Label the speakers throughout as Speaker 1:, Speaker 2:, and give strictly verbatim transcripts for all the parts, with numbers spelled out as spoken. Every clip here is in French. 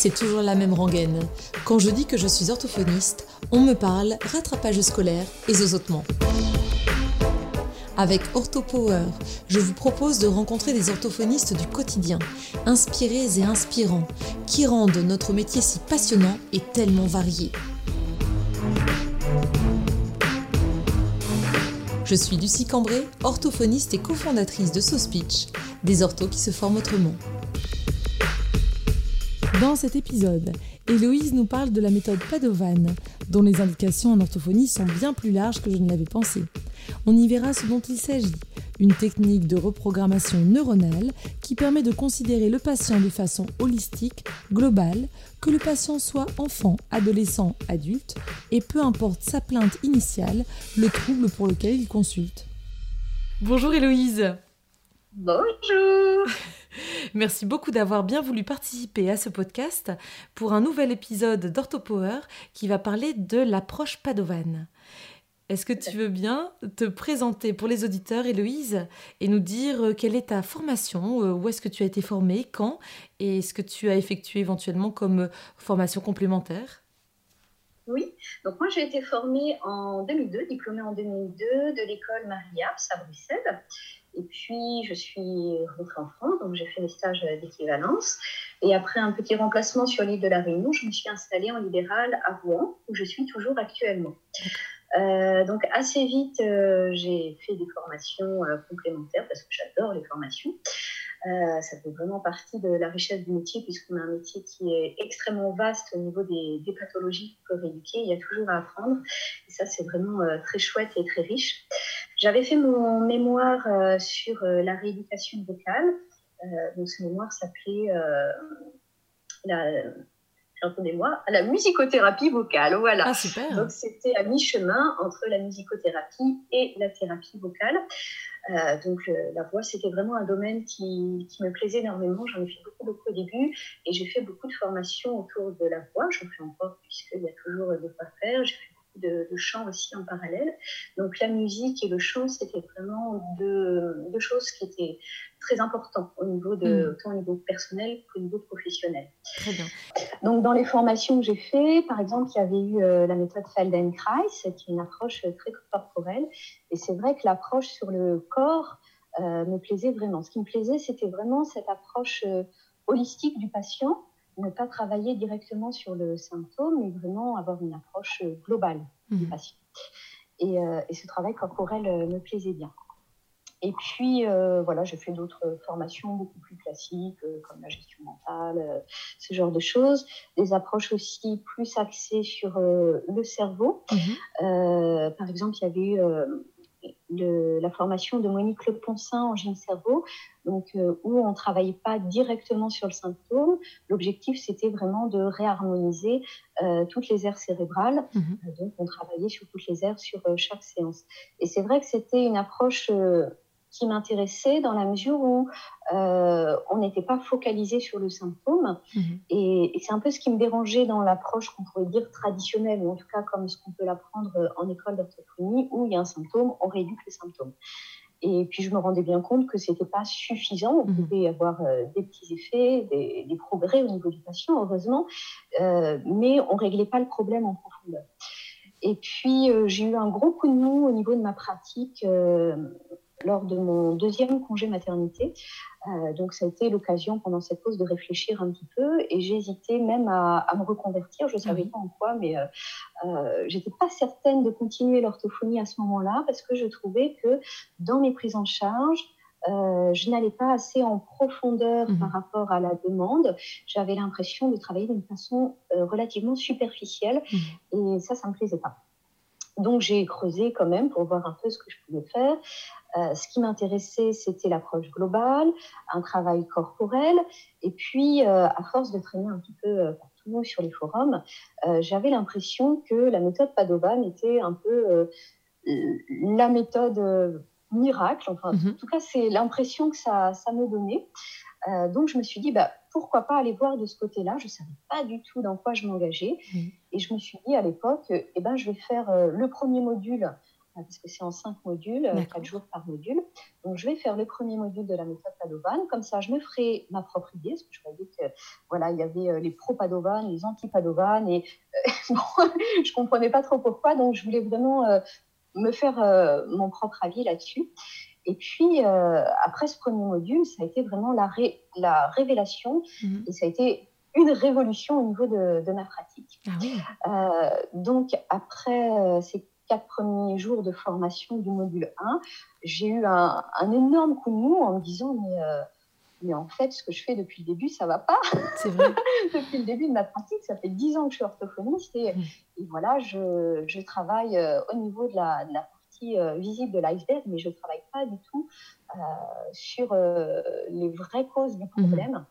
Speaker 1: c'est toujours la même rengaine. Quand je dis que je suis orthophoniste, on me parle rattrapage scolaire et zozotement. Avec OrthoPower, je vous propose de rencontrer des orthophonistes du quotidien, inspirés et inspirants, qui rendent notre métier si passionnant et tellement varié. Je suis Lucie Cambray, orthophoniste et cofondatrice de SoSpeech, des orthos qui se forment autrement. Dans cet épisode, Héloïse nous parle de la méthode Padovan, dont les indications en orthophonie sont bien plus larges que je ne l'avais pensé. On y verra ce dont il s'agit, une technique de reprogrammation neuronale qui permet de considérer le patient de façon holistique, globale, que le patient soit enfant, adolescent, adulte, et peu importe sa plainte initiale, le trouble pour lequel il consulte. Bonjour Héloïse.
Speaker 2: Bonjour.
Speaker 1: Merci beaucoup d'avoir bien voulu participer à ce podcast pour un nouvel épisode d'OrthoPower qui va parler de l'approche Padovan. Est-ce que tu veux bien te présenter pour les auditeurs, Héloïse, et nous dire quelle est ta formation, où est-ce que tu as été formée, quand, et ce que tu as effectué éventuellement comme formation complémentaire ?
Speaker 2: Oui, donc moi j'ai été formée en deux mille deux, diplômée en deux mille deux de l'école Marie-Aps à Bruxelles. Et puis, je suis rentrée en France, donc j'ai fait mes stages d'équivalence. Et après un petit remplacement sur l'île de la Réunion, je me suis installée en libéral à Rouen, où je suis toujours actuellement. Euh, donc, assez vite, euh, j'ai fait des formations euh, complémentaires, parce que j'adore les formations. Euh, ça fait vraiment partie de la richesse du métier, puisqu'on a un métier qui est extrêmement vaste au niveau des, des pathologies qu'on peut éduquer. Il y a toujours à apprendre. Et ça, c'est vraiment euh, très chouette et très riche. J'avais fait mon mémoire euh, sur euh, la rééducation vocale. Euh, donc, ce mémoire s'appelait euh, la, entendez-moi, la musicothérapie vocale. Voilà.
Speaker 1: Ah, super.
Speaker 2: Donc, c'était à mi-chemin entre la musicothérapie et la thérapie vocale. Euh, donc, euh, la voix, c'était vraiment un domaine qui, qui me plaisait énormément. J'en ai fait beaucoup, beaucoup au début et j'ai fait beaucoup de formations autour de la voix. J'en fais encore puisqu'il y a toujours de quoi faire. J'ai fait De, de chant aussi en parallèle. Donc la musique et le chant, c'était vraiment deux, deux choses qui étaient très importantes au niveau de, mmh. autant au niveau personnel qu'au niveau professionnel.
Speaker 1: Très bien.
Speaker 2: Donc dans les formations que j'ai fait, par exemple, il y avait eu euh, la méthode Feldenkrais, qui est une approche très corporelle. Et c'est vrai que l'approche sur le corps euh, me plaisait vraiment. Ce qui me plaisait, c'était vraiment cette approche euh, holistique du patient, ne pas travailler directement sur le symptôme, mais vraiment avoir une approche globale mmh. du patient. Et, euh, et ce travail corporel euh, me plaisait bien. Et puis, euh, voilà, j'ai fait d'autres formations beaucoup plus classiques, euh, comme la gestion mentale, euh, ce genre de choses. Des approches aussi plus axées sur euh, le cerveau. Mmh. Euh, par exemple, il y avait eu euh, le, la formation de Monique Leponcin en gym cerveau, donc, euh, où on ne travaillait pas directement sur le symptôme. L'objectif, c'était vraiment de réharmoniser euh, toutes les aires cérébrales. Mmh. Euh, donc, on travaillait sur toutes les aires sur euh, chaque séance. Et c'est vrai que c'était une approche euh, qui m'intéressait dans la mesure où euh, on n'était pas focalisé sur le symptôme. Mmh. Et, et c'est un peu ce qui me dérangeait dans l'approche qu'on pourrait dire traditionnelle, ou en tout cas comme ce qu'on peut l'apprendre en école d'orthophonie, où il y a un symptôme, on rééduque le symptôme. Et puis, je me rendais bien compte que ce n'était pas suffisant. On mmh. pouvait avoir euh, des petits effets, des, des progrès au niveau du patient, heureusement, euh, mais on ne réglait pas le problème en profondeur. Et puis, euh, j'ai eu un gros coup de mou au niveau de ma pratique euh, lors de mon deuxième congé maternité. Euh, donc, ça a été l'occasion pendant cette pause de réfléchir un petit peu et j'hésitais même à, à me reconvertir. Je ne savais mmh. pas en quoi, mais euh, euh, je n'étais pas certaine de continuer l'orthophonie à ce moment-là parce que je trouvais que dans mes prises en charge, Euh, je n'allais pas assez en profondeur mmh. par rapport à la demande. J'avais l'impression de travailler d'une façon euh, relativement superficielle mmh. et ça, ça ne me plaisait pas. Donc, j'ai creusé quand même pour voir un peu ce que je pouvais faire. Euh, ce qui m'intéressait, c'était l'approche globale, un travail corporel. Et puis, euh, à force de traîner un petit peu euh, partout sur les forums, euh, j'avais l'impression que la méthode Padovan était un peu euh, la méthode euh, miracle. Enfin, mm-hmm. en tout cas, c'est l'impression que ça, ça me donnait. Euh, donc, je me suis dit, bah, pourquoi pas aller voir de ce côté-là. Je ne savais pas du tout dans quoi je m'engageais. Mmh. Et je me suis dit à l'époque, eh ben, je vais faire euh, le premier module parce que c'est en cinq modules, euh, quatre jours par module. Donc, je vais faire le premier module de la méthode Padovan. Comme ça, je me ferai ma propre idée, parce que je voyais que, voilà, il y avait euh, les pro-Padovan, les anti-Padovan, et euh, bon, je ne comprenais pas trop pourquoi, donc je voulais vraiment euh, me faire euh, mon propre avis là-dessus. Et puis, euh, après ce premier module, ça a été vraiment la, ré- la révélation, mmh. et ça a été une révolution au niveau de, de ma pratique.
Speaker 1: Ah oui.
Speaker 2: Euh, donc, après euh, ces quatre premiers jours de formation du module un, j'ai eu un, un énorme coup de mou en me disant, mais, euh, mais en fait, ce que je fais depuis le début, ça ne va pas.
Speaker 1: C'est vrai.
Speaker 2: Depuis le début de ma pratique, ça fait dix ans que je suis orthophoniste, et, mmh. et voilà, je, je travaille euh, au niveau de la, de la partie euh, visible de l'iceberg, mais je ne travaille pas du tout euh, sur euh, les vraies causes du problème. Mmh.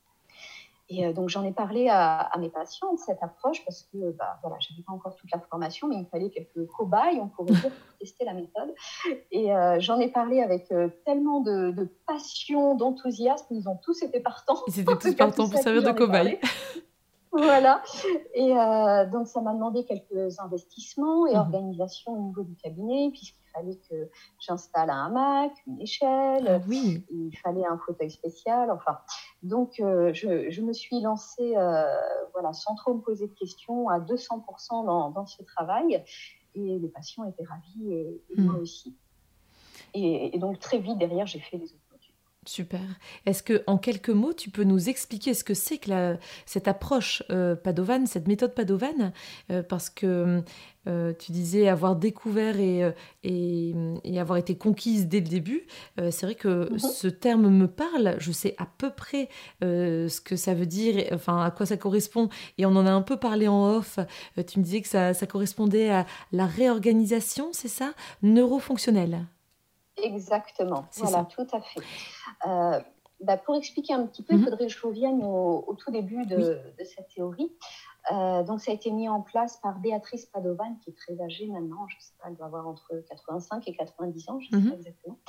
Speaker 2: Et euh, donc, j'en ai parlé à, à mes patients de cette approche parce que bah, voilà, je n'avais pas encore toute la formation, mais il me fallait quelques cobayes, on pourrait dire, pour tester la méthode. Et euh, j'en ai parlé avec euh, tellement de, de passion, d'enthousiasme, ils ont tous été partants.
Speaker 1: Ils étaient tous partants pour servir de cobayes.
Speaker 2: Voilà. Et euh, donc, ça m'a demandé quelques investissements et mmh. organisation au niveau du cabinet, puisqu'il fallait que j'installe un hamac, une échelle,
Speaker 1: ah, oui.
Speaker 2: il fallait un fauteuil spécial, enfin. Donc, euh, je, je me suis lancée, euh, voilà, sans trop me poser de questions, à deux cents pour cent dans, dans ce travail. Et les patients étaient ravis et, et mmh. moi aussi. Et, et donc, très vite, derrière, j'ai fait les autres.
Speaker 1: Super. Est-ce que, en quelques mots, tu peux nous expliquer ce que c'est que la, cette approche euh, Padovan, cette méthode Padovan, euh, parce que euh, tu disais avoir découvert et, et, et avoir été conquise dès le début. Euh, c'est vrai que mm-hmm. ce terme me parle. Je sais à peu près euh, ce que ça veut dire, enfin à quoi ça correspond. Et on en a un peu parlé en off. Euh, tu me disais que ça, ça correspondait à la réorganisation, c'est ça, neurofonctionnelle.
Speaker 2: Exactement,
Speaker 1: c'est
Speaker 2: voilà,
Speaker 1: ça.
Speaker 2: tout à fait. Euh, bah pour expliquer un petit peu, mm-hmm. il faudrait que je revienne au, au tout début de, oui. de cette théorie. Euh, donc, ça a été mis en place par Béatrice Padovan, qui est très âgée maintenant. Je ne sais pas, elle doit avoir entre quatre-vingt-cinq et quatre-vingt-dix ans, je ne sais mm-hmm. pas exactement.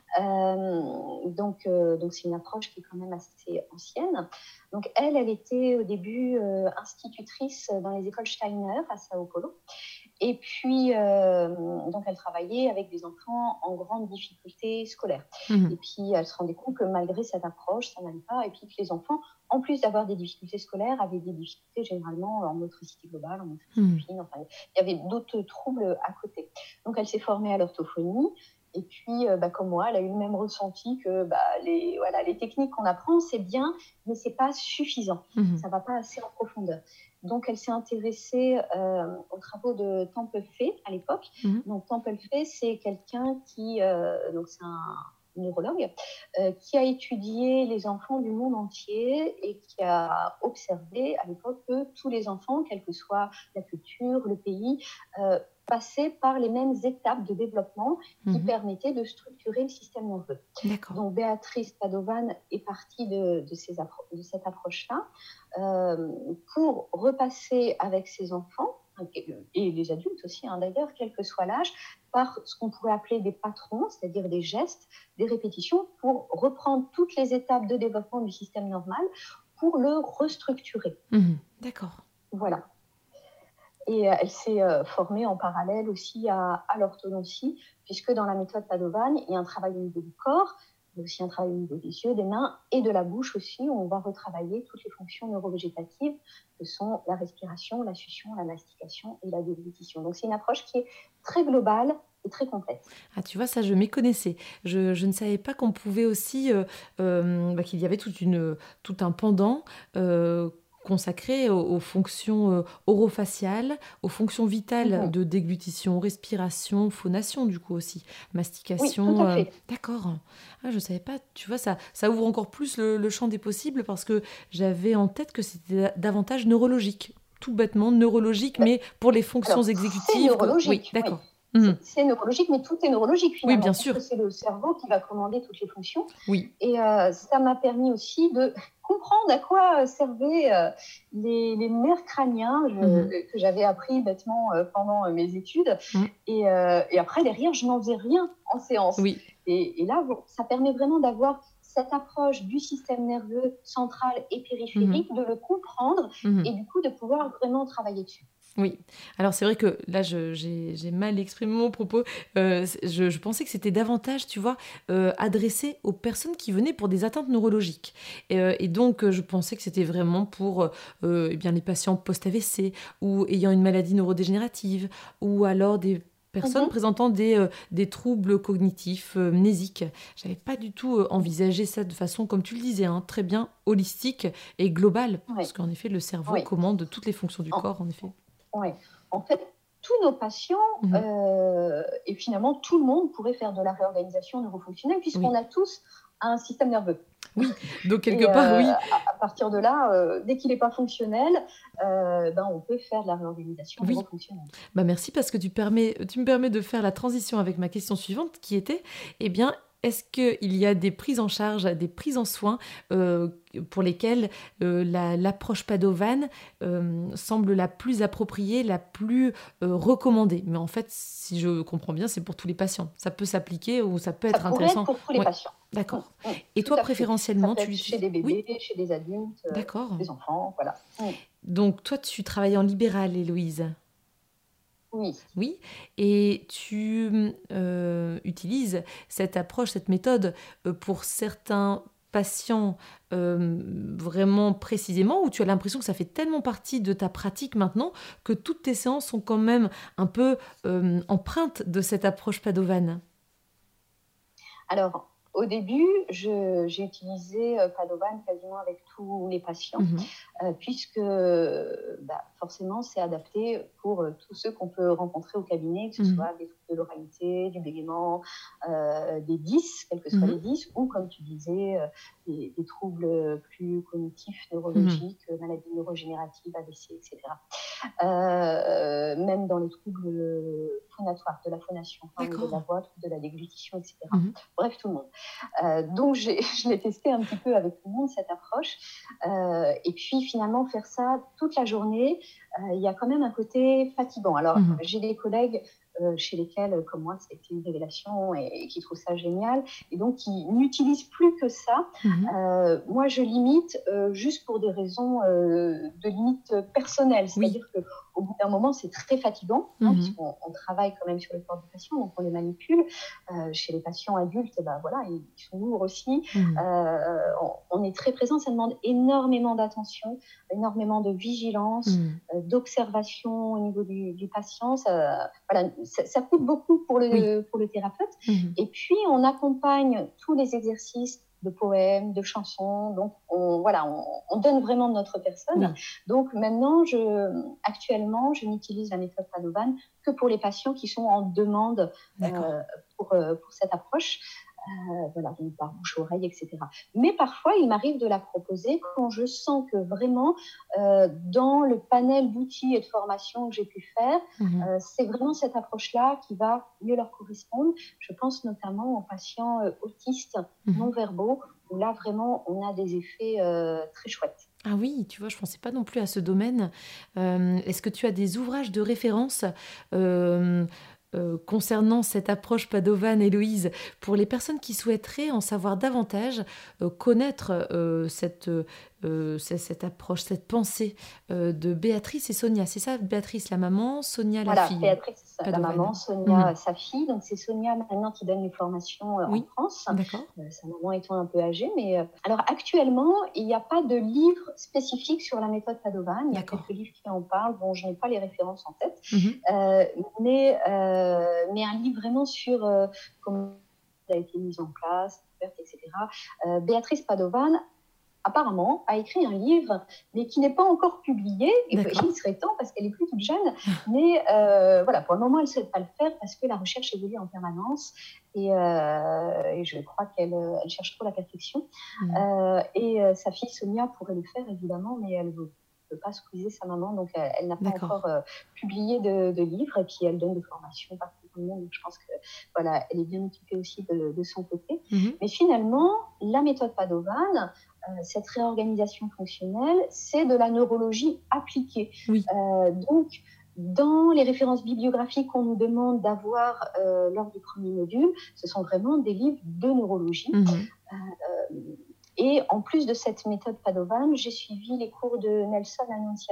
Speaker 2: Euh, donc, euh, donc, c'est une approche qui est quand même assez ancienne. Donc, elle, elle était au début euh, institutrice dans les écoles Steiner à Sao Paulo. Et puis, euh, donc, elle travaillait avec des enfants en grande difficulté scolaire. Mmh. Et puis, elle se rendait compte que malgré cette approche, ça n'allait pas. Et puis, que les enfants, en plus d'avoir des difficultés scolaires, avaient des difficultés généralement en motricité globale, en motricité mmh. fine. Enfin, il y avait d'autres troubles à côté. Donc, elle s'est formée à l'orthophonie. Et puis, euh, bah, comme moi, elle a eu le même ressenti que bah, les, voilà, les techniques qu'on apprend, c'est bien, mais ce n'est pas suffisant. Mmh. Ça ne va pas assez en profondeur. Donc, elle s'est intéressée euh, aux travaux de Temple Fay à l'époque. Mmh. Donc, Temple Fay, c'est quelqu'un qui, euh, donc c'est un neurologue, euh, qui a étudié les enfants du monde entier et qui a observé à l'époque que tous les enfants, quelle que soit la culture, le pays, euh, passaient par les mêmes étapes de développement qui mmh. permettaient de structurer le système nerveux.
Speaker 1: D'accord.
Speaker 2: Donc, Béatrice Padovan est partie de, de, ces appro- de cette approche-là euh, pour repasser avec ses enfants, et les adultes aussi, hein, d'ailleurs, quel que soit l'âge, par ce qu'on pourrait appeler des patrons, c'est-à-dire des gestes, des répétitions, pour reprendre toutes les étapes de développement du système normal pour le restructurer.
Speaker 1: Mmh. D'accord.
Speaker 2: Voilà. Et euh, elle s'est euh, formée en parallèle aussi à, à l'orthodontie, puisque dans la méthode Padovan, il y a un travail au niveau du corps, mais aussi un travail au niveau des yeux, des mains et de la bouche aussi, où on va retravailler toutes les fonctions neurovégétatives que sont la respiration, la succion, la mastication et la déglutition. Donc c'est une approche qui est très globale et très complète.
Speaker 1: Ah, tu vois, ça, je m'y connaissais. Je, je ne savais pas qu'on pouvait aussi, euh, euh, bah, qu'il y avait toute une, tout un pendant euh, consacré aux, aux fonctions euh, orofaciales, aux fonctions vitales mmh. de déglutition, respiration, phonation du coup aussi, mastication.
Speaker 2: Oui, tout à fait.
Speaker 1: Euh, d'accord. Ah, je ne savais pas, tu vois, ça, ça ouvre encore plus le, le champ des possibles parce que j'avais en tête que c'était davantage neurologique, tout bêtement neurologique, ouais. mais pour les fonctions
Speaker 2: Alors,
Speaker 1: exécutives.
Speaker 2: C'est neurologique,
Speaker 1: oui, d'accord.
Speaker 2: Oui. Mmh. C'est neurologique, mais tout est neurologique finalement.
Speaker 1: Oui, bien sûr.
Speaker 2: Parce que c'est le cerveau qui va commander toutes les fonctions.
Speaker 1: Oui.
Speaker 2: Et euh, ça m'a permis aussi de comprendre à quoi servaient euh, les, les nerfs crâniens je, mmh. que j'avais appris bêtement euh, pendant mes études. Mmh. Et, euh, et après, derrière, je n'en faisais rien en séance.
Speaker 1: Oui.
Speaker 2: Et, et là, bon, ça permet vraiment d'avoir cette approche du système nerveux central et périphérique, mmh. de le comprendre mmh. et du coup de pouvoir vraiment travailler dessus.
Speaker 1: Oui, alors c'est vrai que là, je- j'ai j'ai mal exprimé mon propos. Euh, c'est- je, je pensais que c'était davantage, tu vois, euh, adressé aux personnes qui venaient pour des atteintes neurologiques. Et, euh, et donc, euh, je pensais que c'était vraiment pour euh, eh bien, les patients post-A V C ou ayant une maladie neurodégénérative ou alors des personnes
Speaker 2: Mhm.
Speaker 1: présentant des, euh, des troubles cognitifs euh, mnésiques. J'avais pas du tout euh, envisagé ça de façon, comme tu le disais, hein, très bien holistique et globale, parce
Speaker 2: Oui,
Speaker 1: qu'en effet, le cerveau
Speaker 2: oui.
Speaker 1: commande toutes les fonctions du
Speaker 2: En,
Speaker 1: corps, en effet.
Speaker 2: ouais. En fait, tous nos patients,
Speaker 1: Mhm.
Speaker 2: euh, et finalement tout le monde pourrait faire de la réorganisation neurofonctionnelle puisqu'on
Speaker 1: Oui,
Speaker 2: a tous un système nerveux.
Speaker 1: oui. Donc quelque
Speaker 2: Et euh,
Speaker 1: part, oui,
Speaker 2: à, à partir de là, euh, dès qu'il n'est pas fonctionnel, euh, ben, on peut faire de la réorganisation
Speaker 1: oui.
Speaker 2: neurofonctionnelle.
Speaker 1: Bah merci parce que tu permets, tu me permets de faire la transition avec ma question suivante qui était, eh bien, est-ce qu'il y a des prises en charge, des prises en soins euh, pour lesquelles euh, la- l'approche Padovan euh, semble la plus appropriée, la plus euh, recommandée? Mais en fait, si je comprends bien, c'est pour tous les patients. Ça peut s'appliquer ou ça peut
Speaker 2: Ça
Speaker 1: être
Speaker 2: pourrait être
Speaker 1: intéressant.
Speaker 2: pour tous les
Speaker 1: Oui,
Speaker 2: patients. Hum,
Speaker 1: d'accord.
Speaker 2: hum,
Speaker 1: Et
Speaker 2: tout
Speaker 1: toi,
Speaker 2: à fait. Ça
Speaker 1: préférentiellement,
Speaker 2: peut
Speaker 1: tu
Speaker 2: être chez
Speaker 1: l'utilises?
Speaker 2: des
Speaker 1: Oui,
Speaker 2: bébés, chez des adultes, euh,
Speaker 1: d'accord.
Speaker 2: des enfants, voilà. Hum,
Speaker 1: Donc toi, tu travailles en libéral, Héloïse.
Speaker 2: Oui.
Speaker 1: Oui, et tu euh, utilises cette approche, cette méthode euh, pour certains patients euh, vraiment précisément, où tu as l'impression que ça fait tellement partie de ta pratique maintenant que toutes tes séances sont quand même un peu euh, empreintes de cette approche Padovan.
Speaker 2: Alors, au début, je- j'ai utilisé euh, Padovan quasiment avec tous les patients,
Speaker 1: Mhm,
Speaker 2: euh, puisque bah, forcément, c'est adapté pour euh, tous ceux qu'on peut rencontrer au cabinet, que ce
Speaker 1: mhm,
Speaker 2: soit des troubles de l'oralité, du bégaiement, euh, des dys, quels que soient
Speaker 1: mhm,
Speaker 2: les dys, ou comme tu disais, euh, des, des troubles plus cognitifs,
Speaker 1: mhm.
Speaker 2: neurologiques, euh, maladies neurogénératives, A V C, et cetera. Euh, même dans les troubles phonatoires, de la phonation, enfin, au niveau de la
Speaker 1: D'accord.
Speaker 2: voix, troubles de la déglutition, et cetera.
Speaker 1: Mhm,
Speaker 2: Bref, tout le monde. Euh, donc, j'ai, je l'ai testé un petit peu avec tout le monde, cette approche. Euh, et puis, finalement, faire ça toute la journée, euh, il y a quand même un côté fatigant. Alors,
Speaker 1: mhm.
Speaker 2: j'ai des collègues euh, chez lesquels, comme moi, c'était une révélation et, et qui trouvent ça génial, et donc qui n'utilisent plus que ça.
Speaker 1: Mhm.
Speaker 2: Euh, moi, je limite euh, juste pour des raisons euh, de limite personnelle,
Speaker 1: Oui.
Speaker 2: c'est-à-dire qu'au bout d'un moment, c'est très fatigant, hein,
Speaker 1: Mhm.
Speaker 2: puisqu'on on travaille quand même sur le corps du patient, donc on les manipule. Euh, chez les patients adultes, eh ben, voilà, ils sont lourds aussi.
Speaker 1: Mhm.
Speaker 2: Euh, on, on est très présent, ça demande énormément d'attention, énormément de vigilance,
Speaker 1: Mhm.
Speaker 2: euh, d'observation au niveau du, du patient. Ça, voilà, ça, ça coûte beaucoup pour
Speaker 1: Oui.
Speaker 2: le, pour le thérapeute.
Speaker 1: Mhm.
Speaker 2: Et puis, on accompagne tous les exercices de poèmes, de chansons. Donc, on, voilà, on, on donne vraiment de notre personne.
Speaker 1: Oui.
Speaker 2: Donc, maintenant, je, actuellement, je n'utilise la méthode Padovan que pour les patients qui sont en demande
Speaker 1: D'accord.
Speaker 2: euh, pour, euh, pour cette approche. Euh, voilà, donc par bouche-oreille, et cetera. Mais parfois, il m'arrive de la proposer quand je sens que vraiment, euh, dans le panel d'outils et de formations que j'ai pu faire,
Speaker 1: Mhm.
Speaker 2: euh, c'est vraiment cette approche-là qui va mieux leur correspondre. Je pense notamment aux patients euh, autistes
Speaker 1: Mhm.
Speaker 2: non-verbaux, où là, vraiment, on a des effets euh, très chouettes.
Speaker 1: Ah oui, tu vois, je pensais pas non plus à ce domaine. Euh, est-ce que tu as des ouvrages de référence euh, euh, concernant cette approche Padovan, Héloïse, pour les personnes qui souhaiteraient en savoir davantage, euh, connaître euh, cette, euh, c- cette approche, cette pensée euh, de Béatrice et Sonia? C'est ça, Béatrice la maman, Sonia la
Speaker 2: Voilà,
Speaker 1: fille.
Speaker 2: Béatrice, la
Speaker 1: Padovan.
Speaker 2: maman, Sonia,
Speaker 1: Mhm.
Speaker 2: sa fille. Donc, c'est Sonia maintenant qui donne les formations euh, en
Speaker 1: Oui,
Speaker 2: France.
Speaker 1: d'accord,
Speaker 2: Euh, sa maman étant un peu âgée. Mais euh, alors, actuellement, il n'y a pas de livre spécifique sur la méthode Padovan. Il y a quelques
Speaker 1: d'accord.
Speaker 2: livres qui en parlent. Bon, je n'ai pas les références en tête.
Speaker 1: Mhm.
Speaker 2: Euh, mais, euh, mais un livre vraiment sur euh, comment ça a été mis en place, et cetera. Euh, Béatrice Padovan apparemment, a écrit un livre, mais qui n'est pas encore publié. Et il
Speaker 1: D'accord.
Speaker 2: serait temps parce qu'elle est plus toute jeune. Mais euh, voilà, pour le moment, elle ne souhaite pas le faire parce que la recherche évolue en permanence. Et, euh, et je crois qu'elle elle cherche trop la perfection.
Speaker 1: Mhm.
Speaker 2: Euh, et euh, sa fille Sonia pourrait le faire, évidemment, mais elle ne veut pas squeezer sa maman. Donc, elle, elle n'a pas
Speaker 1: D'accord.
Speaker 2: encore euh, publié de, de livre. Et puis, elle donne des formations partout dans le monde. Donc, je pense que voilà, elle est bien occupée aussi de, de son côté.
Speaker 1: Mhm.
Speaker 2: Mais finalement, la méthode Padovan, cette réorganisation fonctionnelle, c'est de la neurologie appliquée.
Speaker 1: Oui.
Speaker 2: Euh, donc, dans les références bibliographiques qu'on nous demande d'avoir euh, lors du premier module, ce sont vraiment des livres de neurologie.
Speaker 1: Mhm.
Speaker 2: Euh, et en plus de cette méthode Padovan, j'ai suivi les cours de Nelson Annunziato,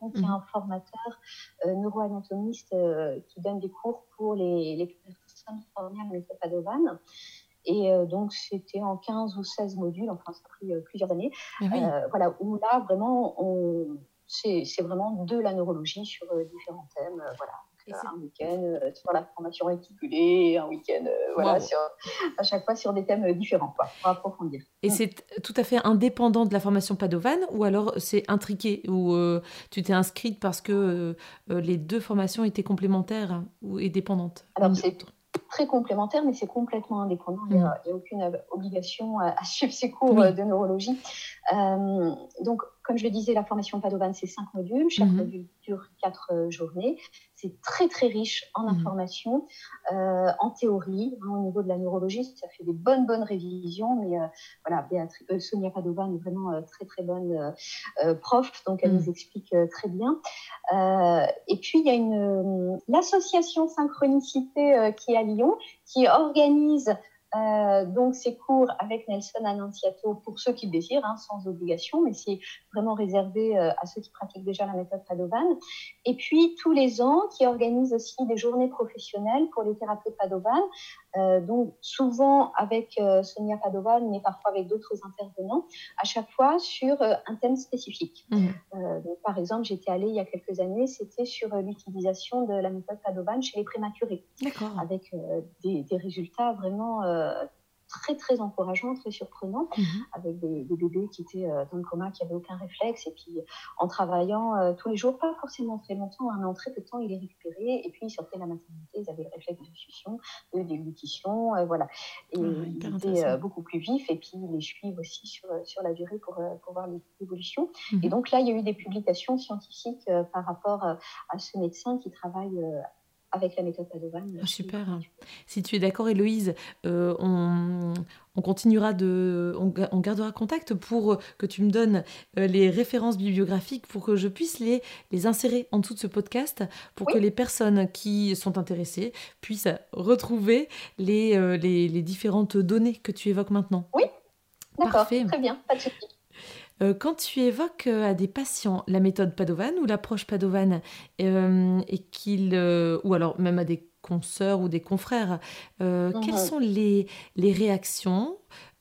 Speaker 2: Donc, mmh. il y a un formateur euh, neuroanatomiste euh, qui donne des cours pour les, les personnes formées à la méthode Padovan. Et euh, donc, c'était en quinze ou seize modules, enfin, ça a pris euh, plusieurs années. Ah oui. euh, voilà, où là, vraiment, on, c'est, c'est vraiment de la neurologie sur euh, différents thèmes. Euh, voilà. Donc, euh, un week-end euh, sur la formation réticulée, un week-end, euh, voilà, wow. sur, à chaque fois sur des thèmes différents, quoi, pour approfondir.
Speaker 1: Et mmh. c'est tout à fait indépendant de la formation Padovan, ou alors c'est intriqué, ou euh, tu t'es inscrite parce que euh, les deux formations étaient complémentaires ou, et dépendantes?
Speaker 2: Alors, c'est très complémentaire, mais c'est complètement indépendant. Il n'y a, a aucune obligation à, à suivre ces cours oui. de neurologie. Euh, donc, comme je le disais, la formation Padovan, c'est cinq modules. Chaque mmh. module dure quatre euh, journées. C'est très, très riche en mmh. informations, euh, en théorie. Hein, au niveau de la neurologie, ça fait des bonnes, bonnes révisions. Mais euh, voilà, Béatrice, euh, Sonia Padovan est vraiment euh, très, très bonne euh, prof. Donc, elle mmh. nous explique euh, très bien. Euh, et puis, il y a une, euh, l'association Synchronicité euh, qui est à Lyon, qui organise Euh, donc, ces cours avec Nelson Annunziato pour ceux qui le désirent, hein, sans obligation, mais c'est vraiment réservé euh, à ceux qui pratiquent déjà la méthode Padovan. Et puis, tous les ans, qui organise aussi des journées professionnelles pour les thérapeutes Padovan, euh, donc souvent avec euh, Sonia Padovan, mais parfois avec d'autres intervenants, à chaque fois sur euh, un thème spécifique. Mmh. Euh, donc, par exemple, j'étais allée il y a quelques années, c'était sur euh, l'utilisation de la méthode Padovan chez les prématurés. D'accord. Avec euh, des, des résultats vraiment euh, très très encourageants, très surprenants, mmh. avec des, des bébés qui étaient euh, dans le coma, qui n'avaient aucun réflexe, et puis en travaillant euh, tous les jours, pas forcément très longtemps, hein, mais en très peu de temps, ils les récupéraient, et puis ils sortaient de la maternité, ils avaient le réflexe de succion, de déglutition, euh, voilà. Et ah, ils étaient euh, beaucoup plus vifs, et puis ils les suivent aussi sur, sur la durée pour, euh, pour voir l'évolution. Mmh. Et donc là, il y a eu des publications scientifiques euh, par rapport euh, à ce médecin qui travaille euh, avec la méthode Padovan.
Speaker 1: Oh, super. Si tu es d'accord, Héloïse, euh, on, on continuera de, on, on gardera contact pour que tu me donnes euh, les références bibliographiques pour que je puisse les, les insérer en dessous de ce podcast pour oui. que les personnes qui sont intéressées puissent retrouver les, euh, les, les différentes données que tu évoques maintenant.
Speaker 2: Oui, d'accord, parfait. Très bien, pas de souci.
Speaker 1: Euh, quand tu évoques euh, à des patients la méthode Padovan ou l'approche Padovan, euh, et qu'ils, euh, ou alors même à des consoeurs ou des confrères, euh, mmh. quelles sont les, les réactions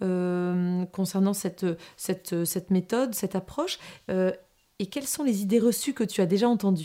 Speaker 1: euh, concernant cette, cette, cette méthode, cette approche, euh, et quelles sont les idées reçues que tu as déjà entendues ?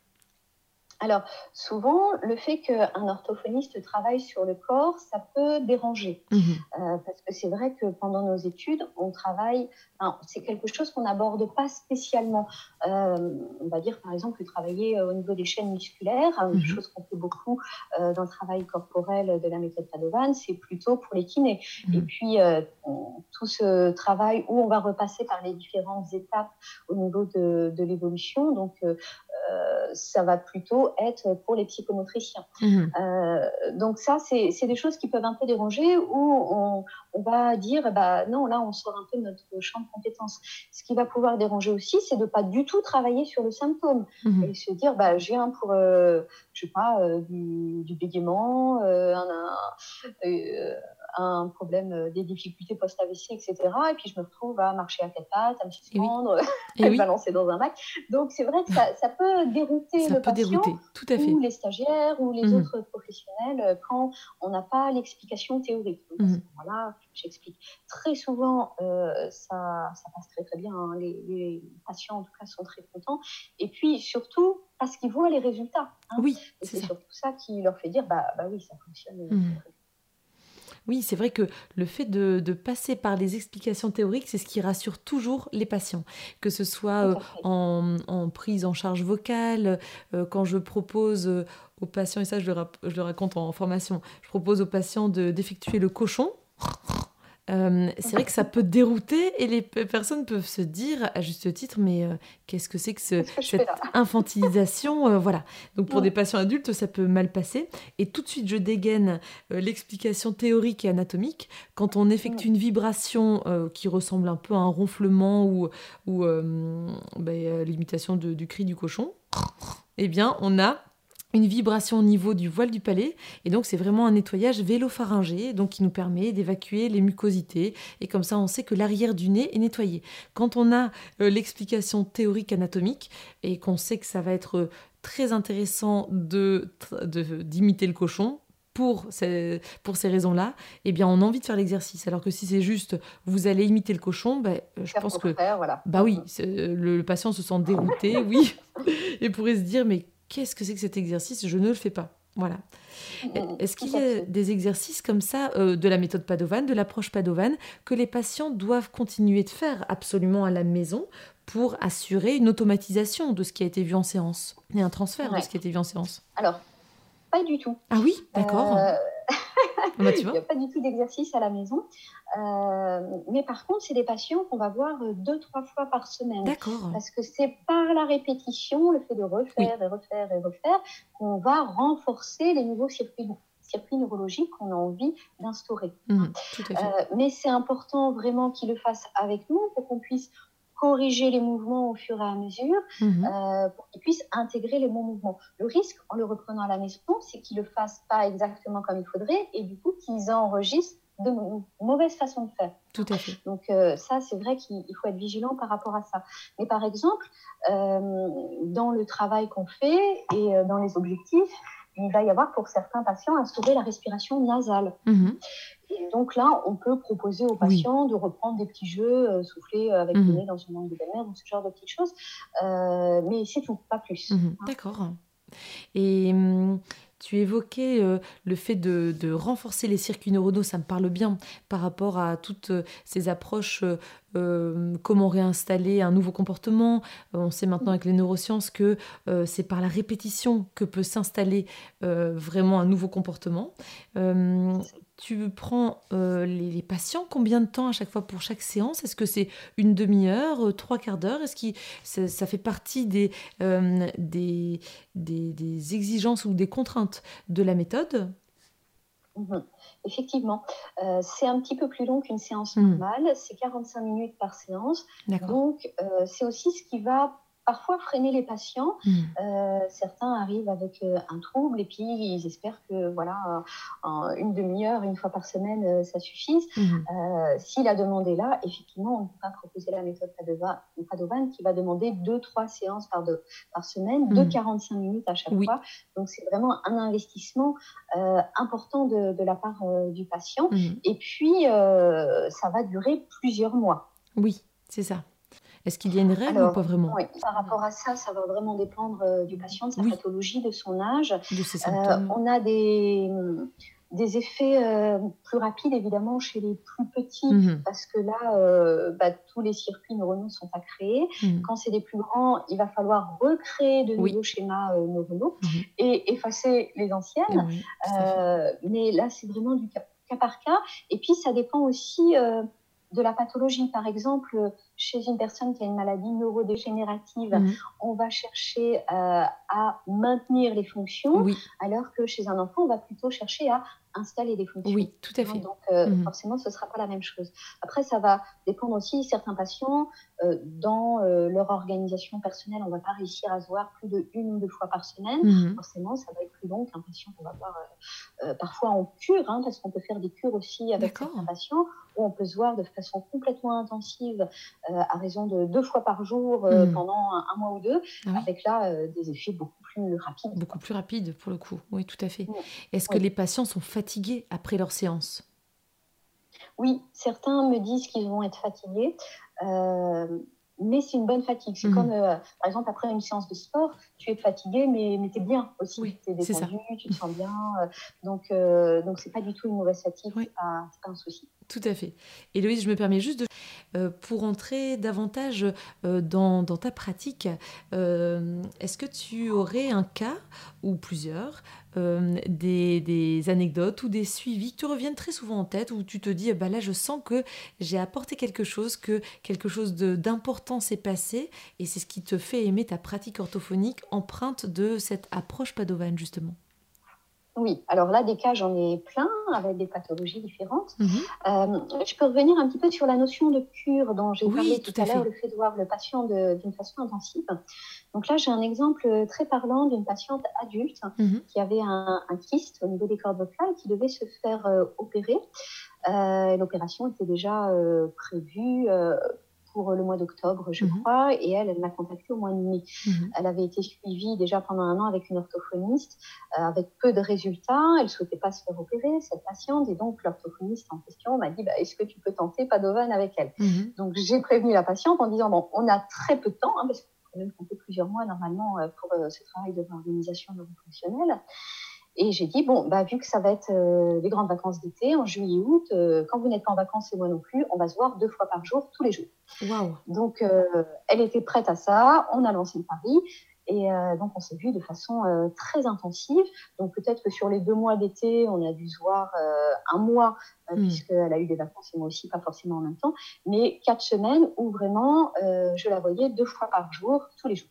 Speaker 2: Alors, souvent, le fait qu'un orthophoniste travaille sur le corps, ça peut déranger. Mmh. Euh, parce que c'est vrai que pendant nos études, on travaille... Enfin, c'est quelque chose qu'on n'aborde pas spécialement. Euh, on va dire, par exemple, travailler au niveau des chaînes musculaires, mmh. une chose qu'on fait beaucoup euh, dans le travail corporel de la méthode Padovan, c'est plutôt pour les kinés. Mmh. Et puis, euh, on, tout ce travail où on va repasser par les différentes étapes au niveau de, de l'évolution, donc... Euh, Euh, ça va plutôt être pour les psychomotriciens. Mmh. Euh, donc ça, c'est, c'est des choses qui peuvent un peu déranger, où on, on va dire, bah, non, là, on sort un peu de notre champ de compétences. Ce qui va pouvoir déranger aussi, c'est de ne pas du tout travailler sur le symptôme. Mmh. Et se dire, bah, je viens pour, euh, je sais pas, euh, du, du bégaiement, euh, un, un, euh, un problème, des difficultés post-A V C, et cetera. Et puis, je me retrouve à marcher à quatre pattes, à me suspendre, oui. à me oui. balancer dans un bac. Donc, c'est vrai que ça, ça peut dérouter
Speaker 1: ça
Speaker 2: le
Speaker 1: peut
Speaker 2: patient,
Speaker 1: dérouter. Tout à fait.
Speaker 2: ou les stagiaires, ou les mmh. autres professionnels, quand on n'a pas l'explication théorique. Donc, mmh. à ce moment-là, j'explique. Très souvent, euh, ça, ça passe très, très bien. Hein. Les, les patients, en tout cas, sont très contents. Et puis, surtout, parce qu'ils voient les résultats. Hein.
Speaker 1: Oui,
Speaker 2: et
Speaker 1: c'est,
Speaker 2: c'est
Speaker 1: ça.
Speaker 2: surtout ça qui leur fait dire, bah, bah oui, ça fonctionne. Mmh.
Speaker 1: Oui, c'est vrai que le fait de, de passer par les explications théoriques, c'est ce qui rassure toujours les patients. Que ce soit euh, en, en prise en charge vocale, euh, quand je propose euh, aux patients, et ça je le, rap- je le raconte en formation, je propose aux patients de, d'effectuer le cochon. Euh, c'est vrai que ça peut dérouter et les personnes peuvent se dire à juste titre, mais euh, qu'est-ce que c'est que, ce,
Speaker 2: que
Speaker 1: cette infantilisation euh, voilà. Donc pour ouais. des patients adultes, ça peut mal passer. Et tout de suite, je dégaine euh, l'explication théorique et anatomique. Quand on effectue ouais. une vibration euh, qui ressemble un peu à un ronflement ou, ou euh, bah, l'imitation de, du cri du cochon, eh bien, on a une vibration au niveau du voile du palais, et donc c'est vraiment un nettoyage vélopharyngé, donc qui nous permet d'évacuer les mucosités, et comme ça on sait que l'arrière du nez est nettoyé. Quand on a euh, l'explication théorique anatomique, et qu'on sait que ça va être euh, très intéressant de, de, d'imiter le cochon, pour ces, pour ces raisons-là, eh bien, on a envie de faire l'exercice. Alors que si c'est juste, vous allez imiter le cochon, ben, je
Speaker 2: Faire
Speaker 1: pense que...
Speaker 2: faire, voilà.
Speaker 1: Bah oui, le, le patient se sent dérouté, oui, et pourrait se dire, mais qu'est-ce que c'est que cet exercice? Je ne le fais pas. Voilà.
Speaker 2: Mmh,
Speaker 1: Est-ce qu'il y a des exercices comme ça, euh, de la méthode Padovan, de l'approche Padovan, que les patients doivent continuer de faire absolument à la maison pour assurer une automatisation de ce qui a été vu en séance et un transfert ouais. de ce qui a été vu en séance?
Speaker 2: Alors, pas du tout.
Speaker 1: Ah oui, d'accord. Euh...
Speaker 2: bah, tu vois. Il n'y a pas du tout d'exercice à la maison. Euh, mais par contre, c'est des patients qu'on va voir deux, trois fois par semaine.
Speaker 1: D'accord.
Speaker 2: Parce que c'est par la répétition, le fait de refaire oui. et refaire et refaire, qu'on va renforcer les nouveaux circuits, circuits neurologiques qu'on a envie d'instaurer.
Speaker 1: Mmh, tout à fait.
Speaker 2: Euh, mais c'est important vraiment qu'ils le fassent avec nous pour qu'on puisse corriger les mouvements au fur et à mesure, mmh. euh, pour qu'ils puissent intégrer les bons mouvements. Le risque, en le reprenant à la maison, c'est qu'ils ne le fassent pas exactement comme il faudrait et du coup, qu'ils enregistrent de mauvaises façons de faire.
Speaker 1: Tout à fait.
Speaker 2: Donc euh, ça, c'est vrai qu'il faut être vigilant par rapport à ça. Mais par exemple, euh, dans le travail qu'on fait et euh, dans les objectifs, il va y avoir pour certains patients instaurer la respiration nasale. Mmh. Et donc là, on peut proposer aux patients oui. de reprendre des petits jeux, euh, souffler avec mmh. le nez dans une langue de belle-mère, ou ce genre de petites choses. Euh, mais c'est tout, pas plus.
Speaker 1: Mmh. Hein. D'accord. Et hum, tu évoquais euh, le fait de, de renforcer les circuits neuronaux, ça me parle bien par rapport à toutes ces approches, euh, euh, comment réinstaller un nouveau comportement. Euh, on sait maintenant avec les neurosciences que euh, c'est par la répétition que peut s'installer euh, vraiment un nouveau comportement. Euh, Tu prends euh, les, les patients, combien de temps à chaque fois pour chaque séance? Est-ce que c'est une demi-heure, euh, trois quarts d'heure? Est-ce que ça, ça fait partie des, euh, des, des, des exigences ou des contraintes de la méthode?
Speaker 2: Mmh. Effectivement, euh, c'est un petit peu plus long qu'une séance normale, mmh. c'est quarante-cinq minutes par séance, donc euh, c'est aussi ce qui va parfois freiner les patients. Mmh. Euh, certains arrivent avec euh, un trouble et puis ils espèrent que voilà, en une demi-heure, une fois par semaine, euh, ça suffise. Mmh. Euh, si la demande est là, effectivement, on ne peut pas proposer la méthode Padovan qui va demander deux, trois séances par, deux, par semaine, mmh. de quarante-cinq minutes à chaque oui. fois. Donc c'est vraiment un investissement euh, important de, de la part euh, du patient. Mmh. Et puis, euh, ça va durer plusieurs mois.
Speaker 1: Oui, c'est ça. Est-ce qu'il y a une règle
Speaker 2: Alors,
Speaker 1: ou pas vraiment?
Speaker 2: Oui, par rapport à ça, ça va vraiment dépendre euh, du patient, de sa oui. pathologie, de son âge.
Speaker 1: De ses symptômes.
Speaker 2: Euh, on a des, des effets euh, plus rapides, évidemment, chez les plus petits, mmh. parce que là, euh, bah, tous les circuits neuronaux sont à créer. Mmh. Quand c'est des plus grands, il va falloir recréer de nouveaux oui. schémas euh, neuronaux mmh. et effacer les anciennes. Oui, euh, mais là, c'est vraiment du cas, cas par cas. Et puis, ça dépend aussi... Euh, de la pathologie. Par exemple, chez une personne qui a une maladie neurodégénérative, mmh. on va chercher euh, à maintenir les fonctions, oui. alors que chez un enfant, on va plutôt chercher à installer des fonctions.
Speaker 1: Oui, tout à fait.
Speaker 2: Donc, euh, mmh. forcément, ce ne sera pas la même chose. Après, ça va dépendre aussi, certains patients, euh, dans euh, leur organisation personnelle, on ne va pas réussir à se voir plus d'une ou deux fois par semaine. Mmh. Forcément, ça va être plus long qu'un patient qu'on va voir euh, euh, parfois en cure, hein, parce qu'on peut faire des cures aussi avec D'accord. certains patients, où on peut se voir de façon complètement intensive, euh, à raison de deux fois par jour euh, mmh. pendant un, un mois ou deux, ah oui. avec là euh, des effets beaucoup plus rapides.
Speaker 1: Beaucoup plus rapides pour le coup, oui, tout à fait. Oui. Est-ce que oui. les patients sont fatigués après leur séance?
Speaker 2: Oui, certains me disent qu'ils vont être fatigués. Euh, mais c'est une bonne fatigue. C'est mmh. comme, euh, par exemple, après une séance de sport, tu es fatigué, mais, mais tu es bien aussi.
Speaker 1: Oui,
Speaker 2: tu es détendu, tu te sens bien. Euh, donc, euh, donc ce n'est pas du tout une mauvaise fatigue, oui. ce n'est pas, pas un souci.
Speaker 1: Tout à fait. Héloïse, je me permets juste de... Euh, pour entrer davantage euh, dans, dans ta pratique, euh, est-ce que tu aurais un cas, ou plusieurs, euh, des, des anecdotes ou des suivis qui te reviennent très souvent en tête, où tu te dis, bah là, je sens que j'ai apporté quelque chose, que quelque chose de, d'important s'est passé, et c'est ce qui te fait aimer ta pratique orthophonique empreinte de cette approche Padovan, justement?
Speaker 2: Oui, alors là, des cas, j'en ai plein avec des pathologies différentes.
Speaker 1: Mmh.
Speaker 2: Euh, je peux revenir un petit peu sur la notion de cure dont j'ai
Speaker 1: Oui,
Speaker 2: parlé
Speaker 1: tout
Speaker 2: tout
Speaker 1: à
Speaker 2: à l'heure,
Speaker 1: fait.
Speaker 2: le fait de voir le patient de- d'une façon intensive. Donc là, j'ai un exemple très parlant d'une patiente adulte
Speaker 1: Mmh.
Speaker 2: qui avait un, un kyste au niveau des cordes vocales qui devait se faire euh, opérer. Euh, L'opération était déjà euh, prévue euh, pour le mois d'octobre, je
Speaker 1: Mmh.
Speaker 2: crois, et elle, elle m'a contactée au mois de mai.
Speaker 1: Mmh.
Speaker 2: Elle avait été suivie déjà pendant un an avec une orthophoniste, euh, avec peu de résultats. Elle ne souhaitait pas se faire opérer, cette patiente, et donc l'orthophoniste en question m'a dit bah, est-ce que tu peux tenter Padovan avec elle?
Speaker 1: Mmh.
Speaker 2: Donc j'ai prévenu la patiente en disant bon, on a très peu de temps, hein, parce qu'il faut quand même compter plusieurs mois normalement euh, pour euh, ce travail de réorganisation neurofonctionnelle. Et j'ai dit, bon, bah, vu que ça va être euh, les grandes vacances d'été, en juillet-août, euh, quand vous n'êtes pas en vacances et moi non plus, on va se voir deux fois par jour, tous les jours.
Speaker 1: Waouh!
Speaker 2: Donc, euh, elle était prête à ça, on a lancé le pari, et euh, donc on s'est vu de façon euh, très intensive. Donc peut-être que sur les deux mois d'été, on a dû se voir euh, un mois, euh,
Speaker 1: Mmh.
Speaker 2: puisqu'elle a eu des vacances et moi aussi, pas forcément en même temps, mais quatre semaines où vraiment, euh, je la voyais deux fois par jour, tous les jours.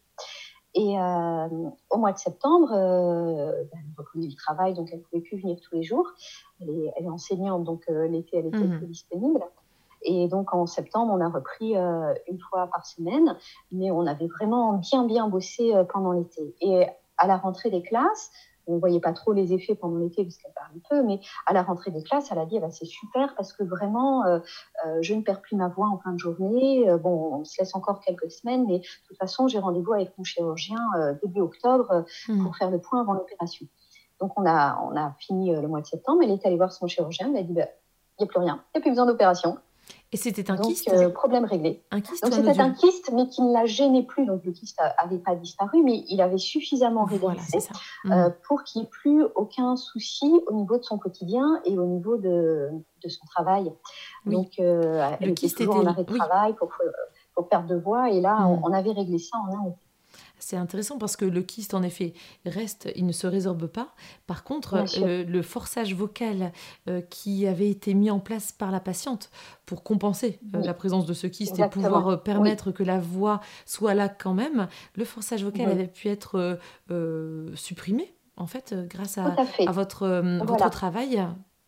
Speaker 2: Et euh, au mois de septembre, euh, ben, elle reprenait du travail, donc elle ne pouvait plus venir tous les jours. Elle est, elle est enseignante, donc euh, l'été, elle était
Speaker 1: Mmh.
Speaker 2: peu disponible. Et donc en septembre, on a repris euh, une fois par semaine, mais on avait vraiment bien, bien bossé euh, pendant l'été. Et à la rentrée des classes, on ne voyait pas trop les effets pendant l'été parce qu'elle parlait peu, mais à la rentrée des classes, elle a dit, bah, c'est super parce que vraiment, euh, euh, je ne perds plus ma voix en fin de journée. Euh, bon, on se laisse encore quelques semaines, mais de toute façon, j'ai rendez-vous avec mon chirurgien euh, début octobre euh,
Speaker 1: Mmh.
Speaker 2: pour faire le point avant l'opération. Donc on a, on a fini euh, le mois de septembre, elle est allée voir son chirurgien, elle a dit, bah, il n'y a plus rien, il n'y a plus besoin d'opération.
Speaker 1: Et c'était un
Speaker 2: Donc,
Speaker 1: kyste?
Speaker 2: euh, problème réglé.
Speaker 1: Un kyste
Speaker 2: Donc,
Speaker 1: ou un
Speaker 2: c'était un
Speaker 1: nodule?
Speaker 2: kyste, mais qui ne la gênait plus. Donc, le kyste n'avait pas disparu, mais il avait suffisamment
Speaker 1: Voilà, c'est
Speaker 2: régressé
Speaker 1: ça. Mmh.
Speaker 2: euh, pour qu'il n'y ait plus aucun souci au niveau de son quotidien et au niveau de, de son travail.
Speaker 1: Oui,
Speaker 2: Donc, euh, elle
Speaker 1: le
Speaker 2: était
Speaker 1: kyste
Speaker 2: toujours en
Speaker 1: était
Speaker 2: arrêt de
Speaker 1: oui.
Speaker 2: travail pour, pour perdre de voix. Et là,
Speaker 1: Mmh.
Speaker 2: on, on avait réglé ça en un été.
Speaker 1: C'est intéressant parce que le kyste, en effet, reste, il ne se résorbe pas. Par contre,
Speaker 2: Bien sûr.
Speaker 1: euh, le forçage vocal euh, qui avait été mis en place par la patiente pour compenser euh,
Speaker 2: Oui,
Speaker 1: la présence de ce kyste et
Speaker 2: exactement.
Speaker 1: pouvoir euh,
Speaker 2: Oui.
Speaker 1: permettre que la voix soit là quand même, le forçage vocal
Speaker 2: Mhm.
Speaker 1: avait pu être euh, euh, supprimé, en fait, euh, grâce
Speaker 2: Tout
Speaker 1: à,
Speaker 2: à fait.
Speaker 1: à votre, euh, votre
Speaker 2: Voilà.
Speaker 1: travail.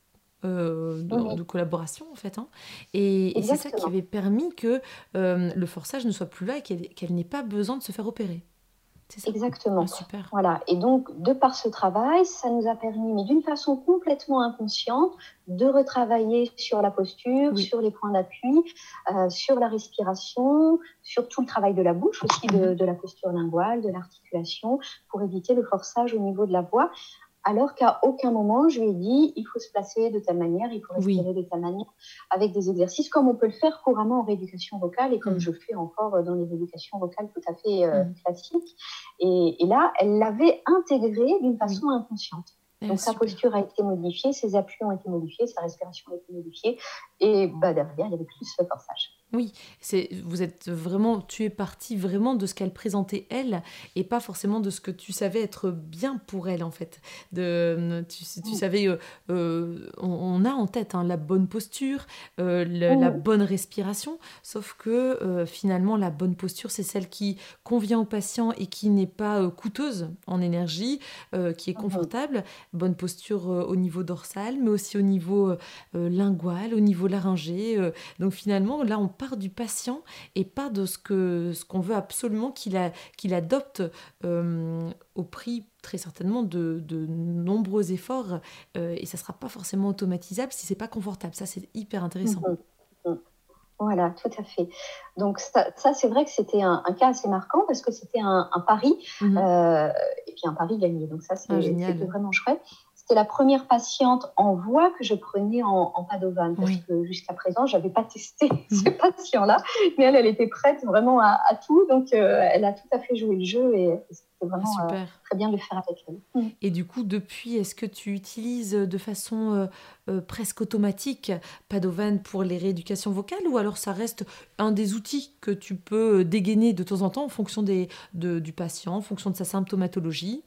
Speaker 1: euh, de,
Speaker 2: Mhm.
Speaker 1: de collaboration en fait, hein. et, et c'est ça qui
Speaker 2: Exactement.
Speaker 1: avait permis que euh, le forçage ne soit plus là et qu'elle qu'elle n'ait pas besoin de se faire opérer. C'est ça? Ah,
Speaker 2: Exactement.
Speaker 1: super.
Speaker 2: Voilà. Et donc, de par ce travail, ça nous a permis, mais d'une façon complètement inconsciente, de retravailler sur la posture,
Speaker 1: Oui.
Speaker 2: sur les points d'appui, euh, sur la respiration, sur tout le travail de la bouche aussi, de,
Speaker 1: Mhm.
Speaker 2: de la posture linguale, de l'articulation, pour éviter le forçage au niveau de la voix. Alors qu'à aucun moment, je lui ai dit, il faut se placer de telle manière, il faut respirer
Speaker 1: Oui.
Speaker 2: de telle manière, avec des exercices comme on peut le faire couramment en rééducation vocale et comme
Speaker 1: Mhm.
Speaker 2: je fais encore dans les éducations vocales tout à fait euh,
Speaker 1: Mhm.
Speaker 2: classiques. Et, et là, elle l'avait intégré d'une façon
Speaker 1: Oui.
Speaker 2: inconsciente.
Speaker 1: Eh,
Speaker 2: Donc sa
Speaker 1: super.
Speaker 2: posture a été modifiée, ses appuis ont été modifiés, sa respiration a été modifiée. Et bah, derrière, il y avait plus ce forçage.
Speaker 1: Oui, c'est, vous êtes vraiment, tu es partie vraiment de ce qu'elle présentait elle et pas forcément de ce que tu savais être bien pour elle en fait. De, tu, tu
Speaker 2: Mmh.
Speaker 1: savais, euh, euh, on, on a en tête hein, la bonne posture, euh, le- la
Speaker 2: Mmh.
Speaker 1: bonne respiration, sauf que euh, finalement la bonne posture c'est celle qui convient au patient et qui n'est pas euh, coûteuse en énergie, euh, qui est
Speaker 2: Mmh.
Speaker 1: confortable. Bonne posture euh, au niveau dorsal, mais aussi au niveau euh, euh, lingual, au niveau laryngé. euh. Donc finalement là on part du patient et pas de ce que ce qu'on veut absolument qu'il a, qu'il adopte euh, au prix très certainement de, de nombreux efforts euh, et ça sera pas forcément automatisable si c'est pas confortable. Ça c'est hyper intéressant.
Speaker 2: Mmh. Mmh. Voilà, tout à fait. Donc ça, ça c'est vrai que c'était un, un cas assez marquant parce que c'était un, un pari
Speaker 1: Mhm.
Speaker 2: euh, et puis un pari gagné. Donc ça,
Speaker 1: Ah,
Speaker 2: c'est-
Speaker 1: génial.
Speaker 2: c'était vraiment chouette. C'était la première patiente en voix que je prenais en, en Padovan parce
Speaker 1: Oui.
Speaker 2: que jusqu'à présent, je n'avais pas testé
Speaker 1: Mhm.
Speaker 2: ce patient-là, mais elle, elle était prête vraiment à, à tout. Donc euh, elle a tout à fait joué le jeu et c'était
Speaker 1: Ah,
Speaker 2: vraiment euh,
Speaker 1: super.
Speaker 2: très bien de le faire avec elle. Mhm.
Speaker 1: Et du coup, depuis, est-ce que tu utilises de façon euh, euh, presque automatique Padovan pour les rééducations vocales ou alors ça reste un des outils que tu peux dégainer de temps en temps en fonction des, de, du patient, en fonction de sa symptomatologie?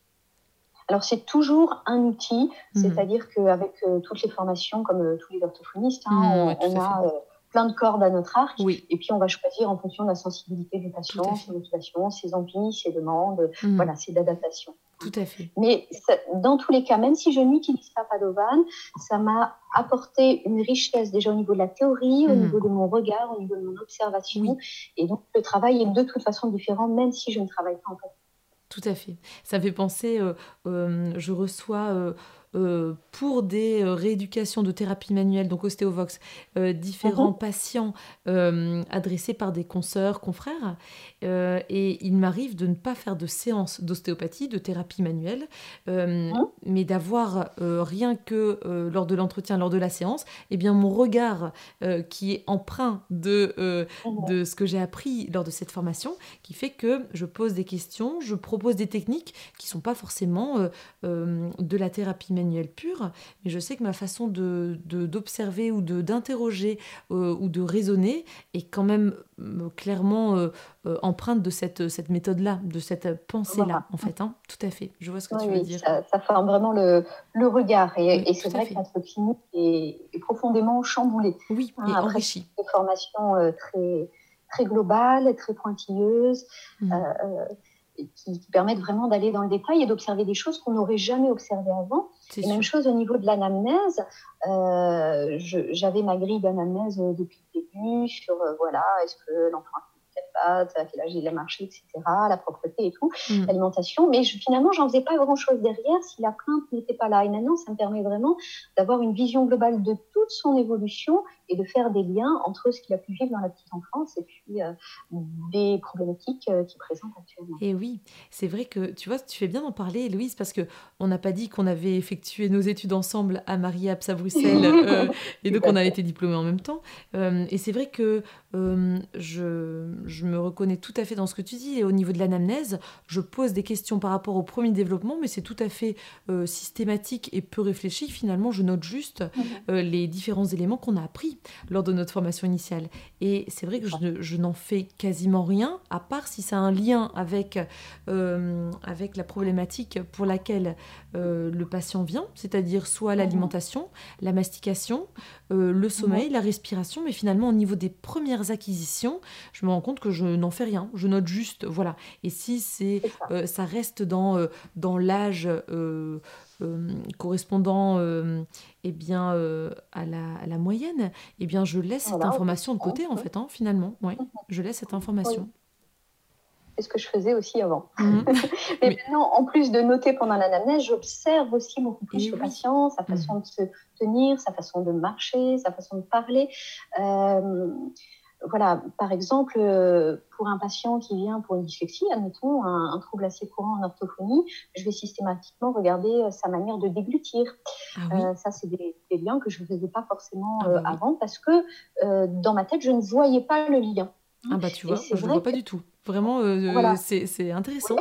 Speaker 2: Alors, c'est toujours un outil,
Speaker 1: Mhm.
Speaker 2: c'est-à-dire qu'avec euh, toutes les formations, comme euh, tous les orthophonistes, hein,
Speaker 1: Mhm,
Speaker 2: on,
Speaker 1: ouais, tout
Speaker 2: on
Speaker 1: à
Speaker 2: a
Speaker 1: fait.
Speaker 2: euh, plein de cordes à notre arc,
Speaker 1: Oui,
Speaker 2: et puis on va choisir en fonction de la sensibilité du
Speaker 1: tout à
Speaker 2: patient,
Speaker 1: fait.
Speaker 2: ses motivations, ses envies, ses demandes,
Speaker 1: Mhm.
Speaker 2: voilà, c'est d'adaptation.
Speaker 1: Tout à fait.
Speaker 2: Mais ça, dans tous les cas, même si je n'utilise pas Padovan, ça m'a apporté une richesse déjà au niveau de la théorie, mmh. au niveau de mon regard, au niveau de mon observation. Oui. Et donc, le travail est de toute façon différent, même si je ne travaille pas en fait.
Speaker 1: Tout à fait. Ça me fait penser, euh, euh, je reçois euh, euh, pour des euh, rééducations de thérapie manuelle, donc Ostéovox, euh, différents mmh. patients euh, adressés par des consoeurs, confrères. Euh, et il m'arrive de ne pas faire de séance d'ostéopathie, de thérapie manuelle, euh, mmh. mais d'avoir euh, rien que euh, lors de l'entretien, lors de la séance, eh bien, mon regard euh, qui est empreint de, euh, mmh. de ce que j'ai appris lors de cette formation, qui fait que je pose des questions, je propose des techniques qui ne sont pas forcément euh, euh, de la thérapie manuelle pure, mais je sais que ma façon de, de, d'observer ou de, d'interroger euh, ou de raisonner est quand même euh, clairement euh, euh, empreinte de cette, cette méthode-là, de cette pensée-là, voilà. en fait. Hein. Tout à fait. Je vois ce que
Speaker 2: oui,
Speaker 1: tu veux
Speaker 2: oui,
Speaker 1: dire.
Speaker 2: Ça, ça forme vraiment le, le regard. Et,
Speaker 1: oui,
Speaker 2: et c'est vrai que notre clinique est, est profondément chamboulée.
Speaker 1: Oui,
Speaker 2: hein,
Speaker 1: et
Speaker 2: après
Speaker 1: enrichie.
Speaker 2: Une formation euh, très, très globale, très pointilleuse. Mmh. Euh, Qui, qui permettent vraiment d'aller dans le détail et d'observer des choses qu'on n'aurait jamais observées avant. C'est et sûr. Même chose au niveau de l'anamnèse. Euh, je, j'avais ma grille d'anamnèse depuis le début sur, euh, voilà, est-ce que l'enfant a quatre pattes, à quel âge il a marché, et cetera, la propreté et tout, mmh. l'alimentation. Mais je, finalement, j'en faisais pas grand-chose derrière si la plainte n'était pas là. Et maintenant, ça me permet vraiment d'avoir une vision globale de toute son évolution et de faire des liens entre ce qu'il a pu vivre dans la petite enfance et puis euh, des problématiques euh, qu'il présente actuellement.
Speaker 1: Et oui, c'est vrai que, tu vois, tu fais bien d'en parler, Héloïse, parce qu'on n'a pas dit qu'on avait effectué nos études ensemble à Marie-Abs à Bruxelles, euh, et donc on a été diplômés en même temps. Euh, et c'est vrai que euh, je, je me reconnais tout à fait dans ce que tu dis, et au niveau de l'anamnèse, je pose des questions par rapport au premier développement, mais c'est tout à fait euh, systématique et peu réfléchi. Finalement, je note juste euh, les différents éléments qu'on a appris lors de notre formation initiale. Et c'est vrai que je, je n'en fais quasiment rien, à part si ça a un lien avec, euh, avec la problématique pour laquelle euh, le patient vient, c'est-à-dire soit l'alimentation, la mastication, euh, le sommeil, la respiration, mais finalement au niveau des premières acquisitions, je me rends compte que je n'en fais rien, je note juste, voilà. Et si c'est, euh, ça reste dans, euh, dans l'âge euh, euh, correspondant euh, eh bien, euh, à, la, à la moyenne, eh bien, je laisse voilà, cette information de côté, en fait, hein, finalement. Ouais, je laisse cette information.
Speaker 2: Oui. C'est ce que je faisais aussi avant. Mmh. Mais, Mais maintenant, en plus de noter pendant l'anamnèse, j'observe aussi beaucoup plus le oui. patient, sa façon mmh. de se tenir, sa façon de marcher, sa façon de parler. Euh, Voilà, par exemple, pour un patient qui vient pour une dyslexie, admettons, un, un trouble assez courant en orthophonie, je vais systématiquement regarder sa manière de déglutir.
Speaker 1: Ah oui.
Speaker 2: euh, ça, c'est des, des liens que je ne faisais pas forcément
Speaker 1: ah
Speaker 2: euh,
Speaker 1: bah oui.
Speaker 2: avant parce que euh, dans ma tête, je ne voyais pas le lien.
Speaker 1: Ah bah tu vois, je ne le vois que... pas du tout. Vraiment, euh, voilà. c'est, c'est intéressant.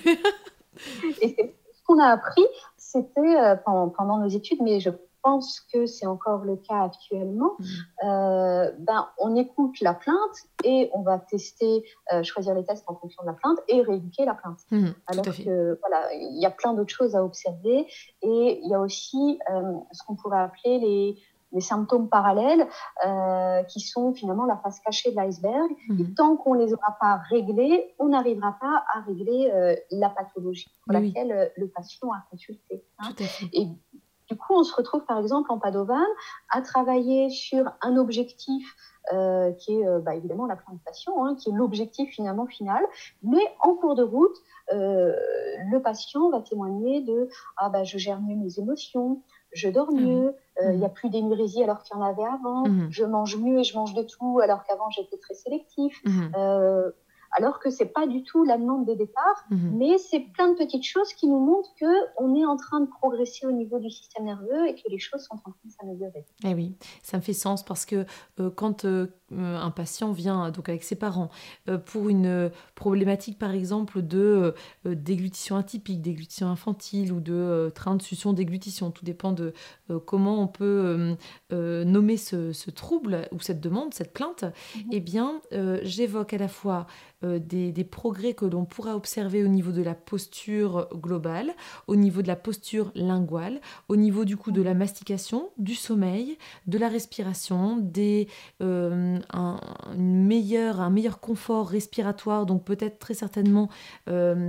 Speaker 2: Et c'est, ce qu'on a appris, c'était euh, pendant, pendant nos études, mais je pense que c'est encore le cas actuellement, mmh. euh, ben, on écoute la plainte et on va tester, euh, choisir les tests en fonction de la plainte et rééduquer la plainte.
Speaker 1: Mmh,
Speaker 2: Alors
Speaker 1: tout à fait.
Speaker 2: que voilà, il y a plein d'autres choses à observer et il y a aussi euh, ce qu'on pourrait appeler les, les symptômes parallèles euh, qui sont finalement la face cachée de l'iceberg. Mmh. Et tant qu'on ne les aura pas réglés, on n'arrivera pas à régler euh, la pathologie pour oui, laquelle oui. le patient a consulté. Hein.
Speaker 1: Tout à fait.
Speaker 2: Et, du coup, on se retrouve par exemple en Padovan à travailler sur un objectif euh, qui est euh, bah, évidemment la plantation, hein, qui est l'objectif finalement final. Mais en cours de route, euh, le patient va témoigner de ah bah je gère mieux mes émotions, je dors mieux, il mmh. euh, n'y a plus d'énurésie alors qu'il y en avait avant, mmh. je mange mieux et je mange de tout alors qu'avant j'étais très sélectif. Mmh. Euh, alors que ce n'est pas du tout la demande de départ, mmh. mais c'est plein de petites choses qui nous montrent qu'on est en train de progresser au niveau du système nerveux et que les choses sont en train de s'améliorer.
Speaker 1: Eh oui, ça me fait sens parce que euh, quand euh, un patient vient donc avec ses parents euh, pour une euh, problématique par exemple de euh, déglutition atypique, déglutition infantile ou de euh, train de succion déglutition, tout dépend de euh, comment on peut euh, euh, nommer ce, ce trouble ou cette demande, cette plainte, mmh. eh bien euh, j'évoque à la fois Euh, des, des progrès que l'on pourra observer au niveau de la posture globale, au niveau de la posture linguale, au niveau du coup de la mastication, du sommeil, de la respiration, des, euh, un, une meilleure, un meilleur confort respiratoire, donc peut-être très certainement euh,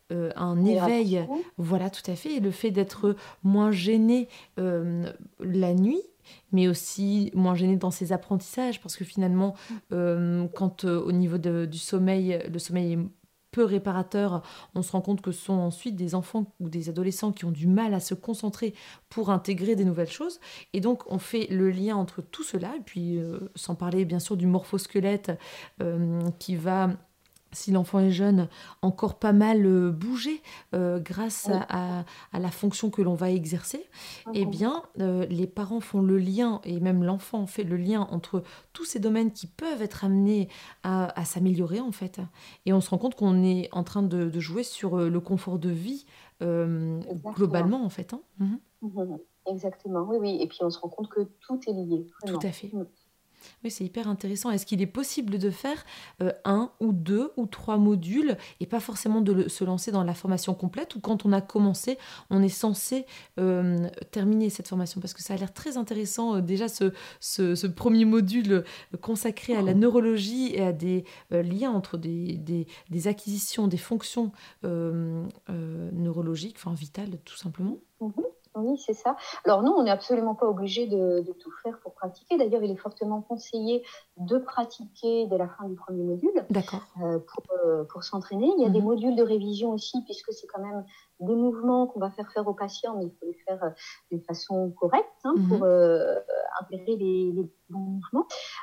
Speaker 1: euh, un éveil, voilà, tout à fait, et le fait d'être moins gêné euh, la nuit, mais aussi moins gêné dans ses apprentissages, parce que finalement, euh, quand euh, au niveau de- du sommeil, le sommeil est peu réparateur, on se rend compte que ce sont ensuite des enfants ou des adolescents qui ont du mal à se concentrer pour intégrer des nouvelles choses. Et donc, on fait le lien entre tout cela, et puis euh, sans parler bien sûr du morphosquelette euh, qui va, si l'enfant est jeune, encore pas mal euh, bouger euh, grâce
Speaker 2: Oui.
Speaker 1: à, à- à la fonction que l'on va exercer, eh
Speaker 2: Mhm.
Speaker 1: bien, euh, les parents font le lien, et même l'enfant fait le lien entre tous ces domaines qui peuvent être amenés à, à s'améliorer, en fait. Et on se rend compte qu'on est en train de, de jouer sur euh, le confort de vie euh,
Speaker 2: Exactement.
Speaker 1: globalement, en fait. Hein. Mhm.
Speaker 2: Mhm. Exactement, oui, oui. Et puis on se rend compte que tout est lié,
Speaker 1: Tout à
Speaker 2: vraiment.
Speaker 1: fait.
Speaker 2: Mm.
Speaker 1: Oui, c'est hyper intéressant. Est-ce qu'il est possible de faire euh, un ou deux ou trois modules et pas forcément de le- se lancer dans la formation complète, ou quand on a commencé, on est censé euh, terminer cette formation? Parce que ça a l'air très intéressant, euh, déjà ce, ce- ce premier module euh, consacré à la neurologie et à des euh, liens entre des, des- des acquisitions, des fonctions euh, euh, neurologiques, enfin vitales tout simplement.
Speaker 2: Mhm. Oui, c'est ça. Alors nous, on n'est absolument pas obligé de, de tout faire pour pratiquer. D'ailleurs, il est fortement conseillé de pratiquer dès la fin du premier module
Speaker 1: D'accord.
Speaker 2: euh, pour, euh, pour s'entraîner. Il y a des
Speaker 1: Mhm.
Speaker 2: modules de révision aussi, puisque c'est quand même des mouvements qu'on va faire faire aux patients, mais il faut les faire euh, d'une façon correcte hein, pour
Speaker 1: Mhm.
Speaker 2: euh, intégrer les, les bons mouvements.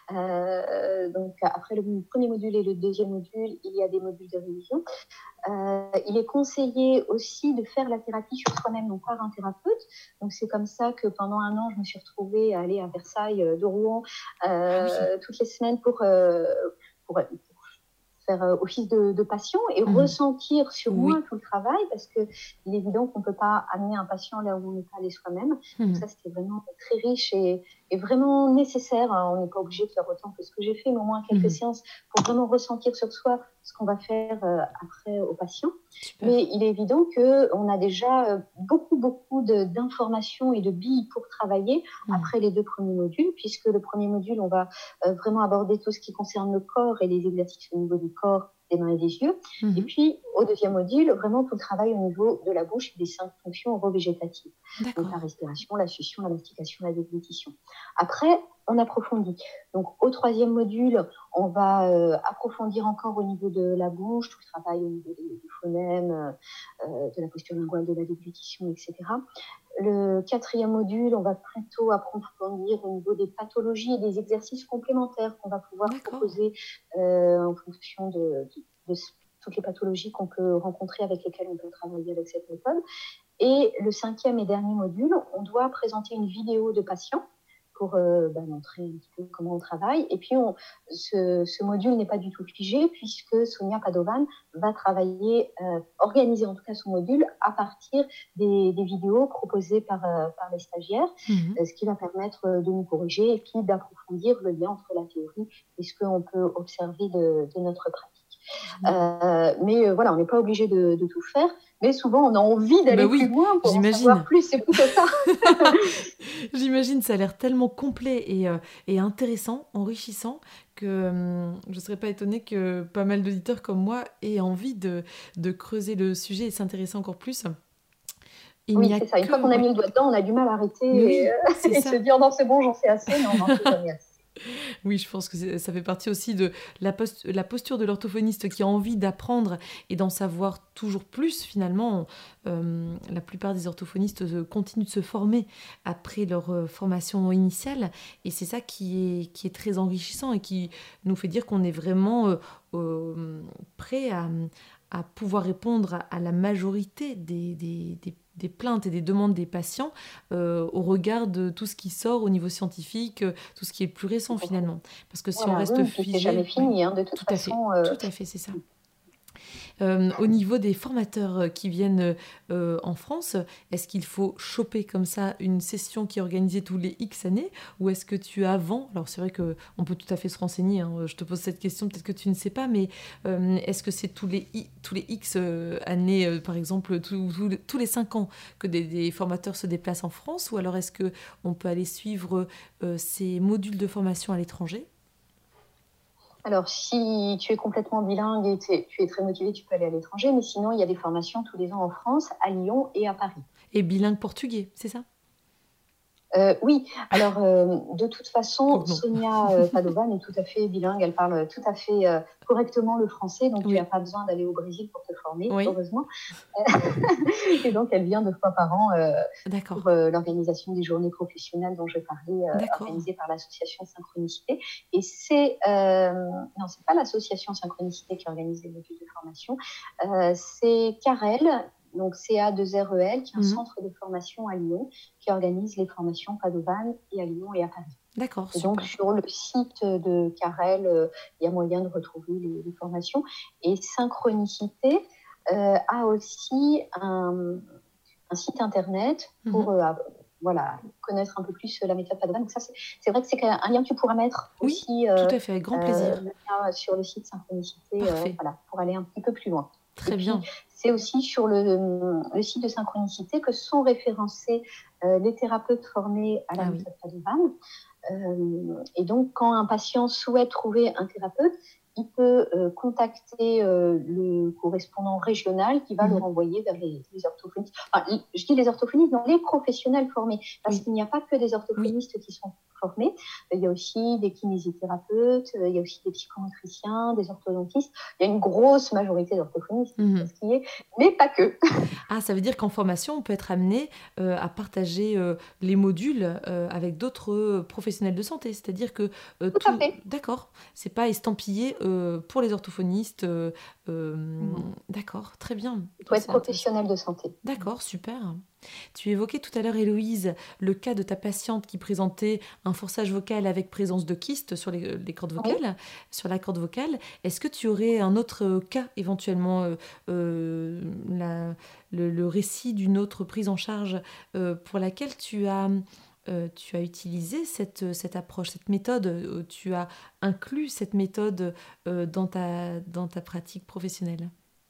Speaker 2: Euh, donc après le premier module et le deuxième module, il y a des modules de révision. Euh, il est conseillé aussi de faire la thérapie sur soi-même, donc par un thérapeute. Donc c'est comme ça que pendant un an, je me suis retrouvée à aller à Versailles euh, de Rouen
Speaker 1: Ah oui.
Speaker 2: euh, toutes les semaines pour, euh, pour, pour faire euh, office de, de patient et
Speaker 1: Mhm.
Speaker 2: ressentir sur
Speaker 1: Oui.
Speaker 2: moi tout le travail, parce qu'il est évident qu'on ne peut pas amener un patient là où on n'est pas allé soi-même. Donc
Speaker 1: Mhm.
Speaker 2: ça, c'était vraiment très riche et, et vraiment nécessaire. On n'est pas obligé de faire autant que ce que j'ai fait, mais au moins quelques
Speaker 1: Mhm.
Speaker 2: séances pour vraiment ressentir sur soi ce qu'on va faire euh, après au patient.
Speaker 1: Super.
Speaker 2: Mais il est évident qu'on a déjà euh, beaucoup, beaucoup de, d'informations et de billes pour travailler
Speaker 1: Mhm.
Speaker 2: après les deux premiers modules, puisque le premier module, on va euh, vraiment aborder tout ce qui concerne le corps et les exercices au niveau du corps, des mains et des yeux.
Speaker 1: Mhm.
Speaker 2: Et puis, au deuxième module, vraiment tout le travail au niveau de la bouche et des cinq fonctions orovégétatives. Donc, la
Speaker 1: D'accord.
Speaker 2: respiration, la succion, la mastication, la déglutition. Après, on approfondit. Donc, au troisième module, on va euh, approfondir encore au niveau de la bouche, tout le travail au niveau des, des phonèmes, euh, de la posture linguale, de la déglutition, et cetera. Le quatrième module, on va plutôt approfondir au niveau des pathologies et des exercices complémentaires qu'on va pouvoir
Speaker 1: D'accord.
Speaker 2: proposer euh, en fonction de, de, de toutes les pathologies qu'on peut rencontrer, avec lesquelles on peut travailler avec cette méthode. Et le cinquième et dernier module, on doit présenter une vidéo de patient pour euh, bah, montrer un petit peu comment on travaille. Et puis, on, ce, ce module n'est pas du tout figé, puisque Sonia Padovan va travailler, euh, organiser en tout cas son module à partir des, des vidéos proposées par, euh, par les stagiaires,
Speaker 1: Mhm.
Speaker 2: euh, ce qui va permettre de nous corriger et puis d'approfondir le lien entre la théorie et ce qu'on peut observer de, de notre pratique. Euh, mais euh, voilà, on n'est pas obligé de, de tout faire, mais souvent on a envie d'aller
Speaker 1: Bah oui,
Speaker 2: plus loin pour en
Speaker 1: j'imagine.
Speaker 2: savoir plus, c'est plutôt ça.
Speaker 1: J'imagine, ça a l'air tellement complet et, euh, et intéressant, enrichissant, que hum, je ne serais pas étonnée que pas mal d'auditeurs comme moi aient envie de, de creuser le sujet et s'intéresser encore plus. Il n'y
Speaker 2: Oui,
Speaker 1: a
Speaker 2: c'est ça. Une
Speaker 1: que...
Speaker 2: fois qu'on a
Speaker 1: ouais.
Speaker 2: mis le doigt dedans, on a du mal à arrêter
Speaker 1: Mais
Speaker 2: et,
Speaker 1: oui,
Speaker 2: euh,
Speaker 1: c'est
Speaker 2: et
Speaker 1: ça.
Speaker 2: se dire non, c'est bon, j'en sais assez. Non, on n'en sait jamais assez.
Speaker 1: Oui, je pense que c'est- ça fait partie aussi de la, post- la posture de l'orthophoniste qui a envie d'apprendre et d'en savoir toujours plus. Finalement, Euh, la plupart des orthophonistes euh, continuent de se former après leur euh, formation initiale, et c'est ça qui est, qui est très enrichissant et qui nous fait dire qu'on est vraiment euh, euh, prêt à, à pouvoir répondre à, à la majorité des, des, des- des plaintes et des demandes des patients euh, au regard de tout ce qui sort au niveau scientifique, euh, tout ce qui est plus récent finalement. Parce que si on
Speaker 2: Voilà,
Speaker 1: reste
Speaker 2: oui, puis c'est jamais
Speaker 1: figé, ouais,
Speaker 2: fini. Hein. De toute
Speaker 1: tout à fait,
Speaker 2: façon, euh,
Speaker 1: tout à fait, c'est ça. Euh, au niveau des formateurs euh, qui viennent euh, en France, est-ce qu'il faut choper comme ça une session qui est organisée tous les X années, ou est-ce que tu as avant, alors c'est vrai qu'on peut tout à fait se renseigner, hein, je te pose cette question, peut-être que tu ne sais pas, mais euh, est-ce que c'est tous les, I- tous les X euh, années, euh, par exemple, tous tous les- tous les cinq ans que des, des formateurs se déplacent en France, ou alors est-ce qu'on peut aller suivre euh, ces modules de formation à l'étranger?
Speaker 2: Alors, si tu es complètement bilingue et t'es- tu es très motivé, tu peux aller à l'étranger, mais sinon, il y a des formations tous les ans en France, à Lyon et à Paris.
Speaker 1: Et bilingue portugais, c'est ça?
Speaker 2: Euh, oui, alors euh, de toute
Speaker 1: Ou
Speaker 2: façon,
Speaker 1: non?
Speaker 2: Sonia euh, Padovan est tout à fait bilingue, elle parle tout à fait euh, correctement le français, donc tu n'as
Speaker 1: Oui,
Speaker 2: pas besoin d'aller au Brésil pour te former,
Speaker 1: oui,
Speaker 2: heureusement. Et donc, elle vient deux fois par an euh, pour
Speaker 1: d'accord,
Speaker 2: euh, l'organisation des journées professionnelles dont je parlais, euh,
Speaker 1: d'accord.
Speaker 2: organisées par l'association Synchronicité. Et c'est, euh, non, c'est pas l'association Synchronicité qui organise les modules de formation, euh, c'est Carel, donc C A deux R E L, qui est un
Speaker 1: Mhm.
Speaker 2: centre de formation à Lyon, qui organise les formations Padovan et à Lyon et à Paris.
Speaker 1: D'accord,
Speaker 2: Et donc,
Speaker 1: super.
Speaker 2: sur le site de Carel, euh, il y a moyen de retrouver les, les formations. Et Synchronicité euh, a aussi un, un site internet pour
Speaker 1: Mhm.
Speaker 2: euh, voilà, connaître un peu plus la méthode Padovan. Donc ça, c'est, c'est vrai que c'est un lien que tu pourras mettre
Speaker 1: Oui,
Speaker 2: aussi
Speaker 1: tout
Speaker 2: euh,
Speaker 1: à fait, avec grand
Speaker 2: euh,
Speaker 1: plaisir.
Speaker 2: le lien sur le site Synchronicité, euh,
Speaker 1: Parfait,
Speaker 2: voilà, pour aller un petit peu plus loin. Et
Speaker 1: très
Speaker 2: puis,
Speaker 1: bien.
Speaker 2: c'est aussi sur le, le site de Synchronicité que sont référencés euh, les thérapeutes formés à la
Speaker 1: Ah oui.
Speaker 2: méthode Padovan. Euh, et donc, quand un patient souhaite trouver un thérapeute, il peut euh, contacter euh, le correspondant régional qui va le
Speaker 1: Mhm.
Speaker 2: renvoyer vers les, les orthophonistes. Enfin, je dis les orthophonistes, non, les professionnels formés, parce
Speaker 1: Oui,
Speaker 2: qu'il n'y a pas que des
Speaker 1: oui,
Speaker 2: orthophonistes qui sont formés. Il y a aussi des kinésithérapeutes, il y a aussi des psychomotriciens, des orthodontistes. Il y a une grosse majorité d'orthophonistes, c'est
Speaker 1: mhm.
Speaker 2: ce qui est, mais pas que.
Speaker 1: Ah, ça veut dire qu'en formation, on peut être amené euh, à partager euh, les modules euh, avec d'autres euh, professionnels de santé. C'est-à-dire que euh,
Speaker 2: Tout à
Speaker 1: tout,
Speaker 2: fait.
Speaker 1: d'accord, c'est pas estampillé euh, pour les orthophonistes. euh, euh,
Speaker 2: Mhm.
Speaker 1: d'accord, très bien,
Speaker 2: Il faut être
Speaker 1: c'est intéressant.
Speaker 2: professionnel de santé.
Speaker 1: D'accord, super. Tu évoquais tout à l'heure, Héloïse, le cas de ta patiente qui présentait un forçage vocal avec présence de kyste sur les, les cordes
Speaker 2: Oui.
Speaker 1: vocales, sur la corde vocale. Est-ce que tu aurais un autre euh, cas, éventuellement, euh, euh, la- le, le récit d'une autre prise en charge euh, pour laquelle tu as, euh, tu as utilisé cette, cette approche, cette méthode, euh, tu as inclus cette méthode euh, dans ta, dans ta pratique professionnelle?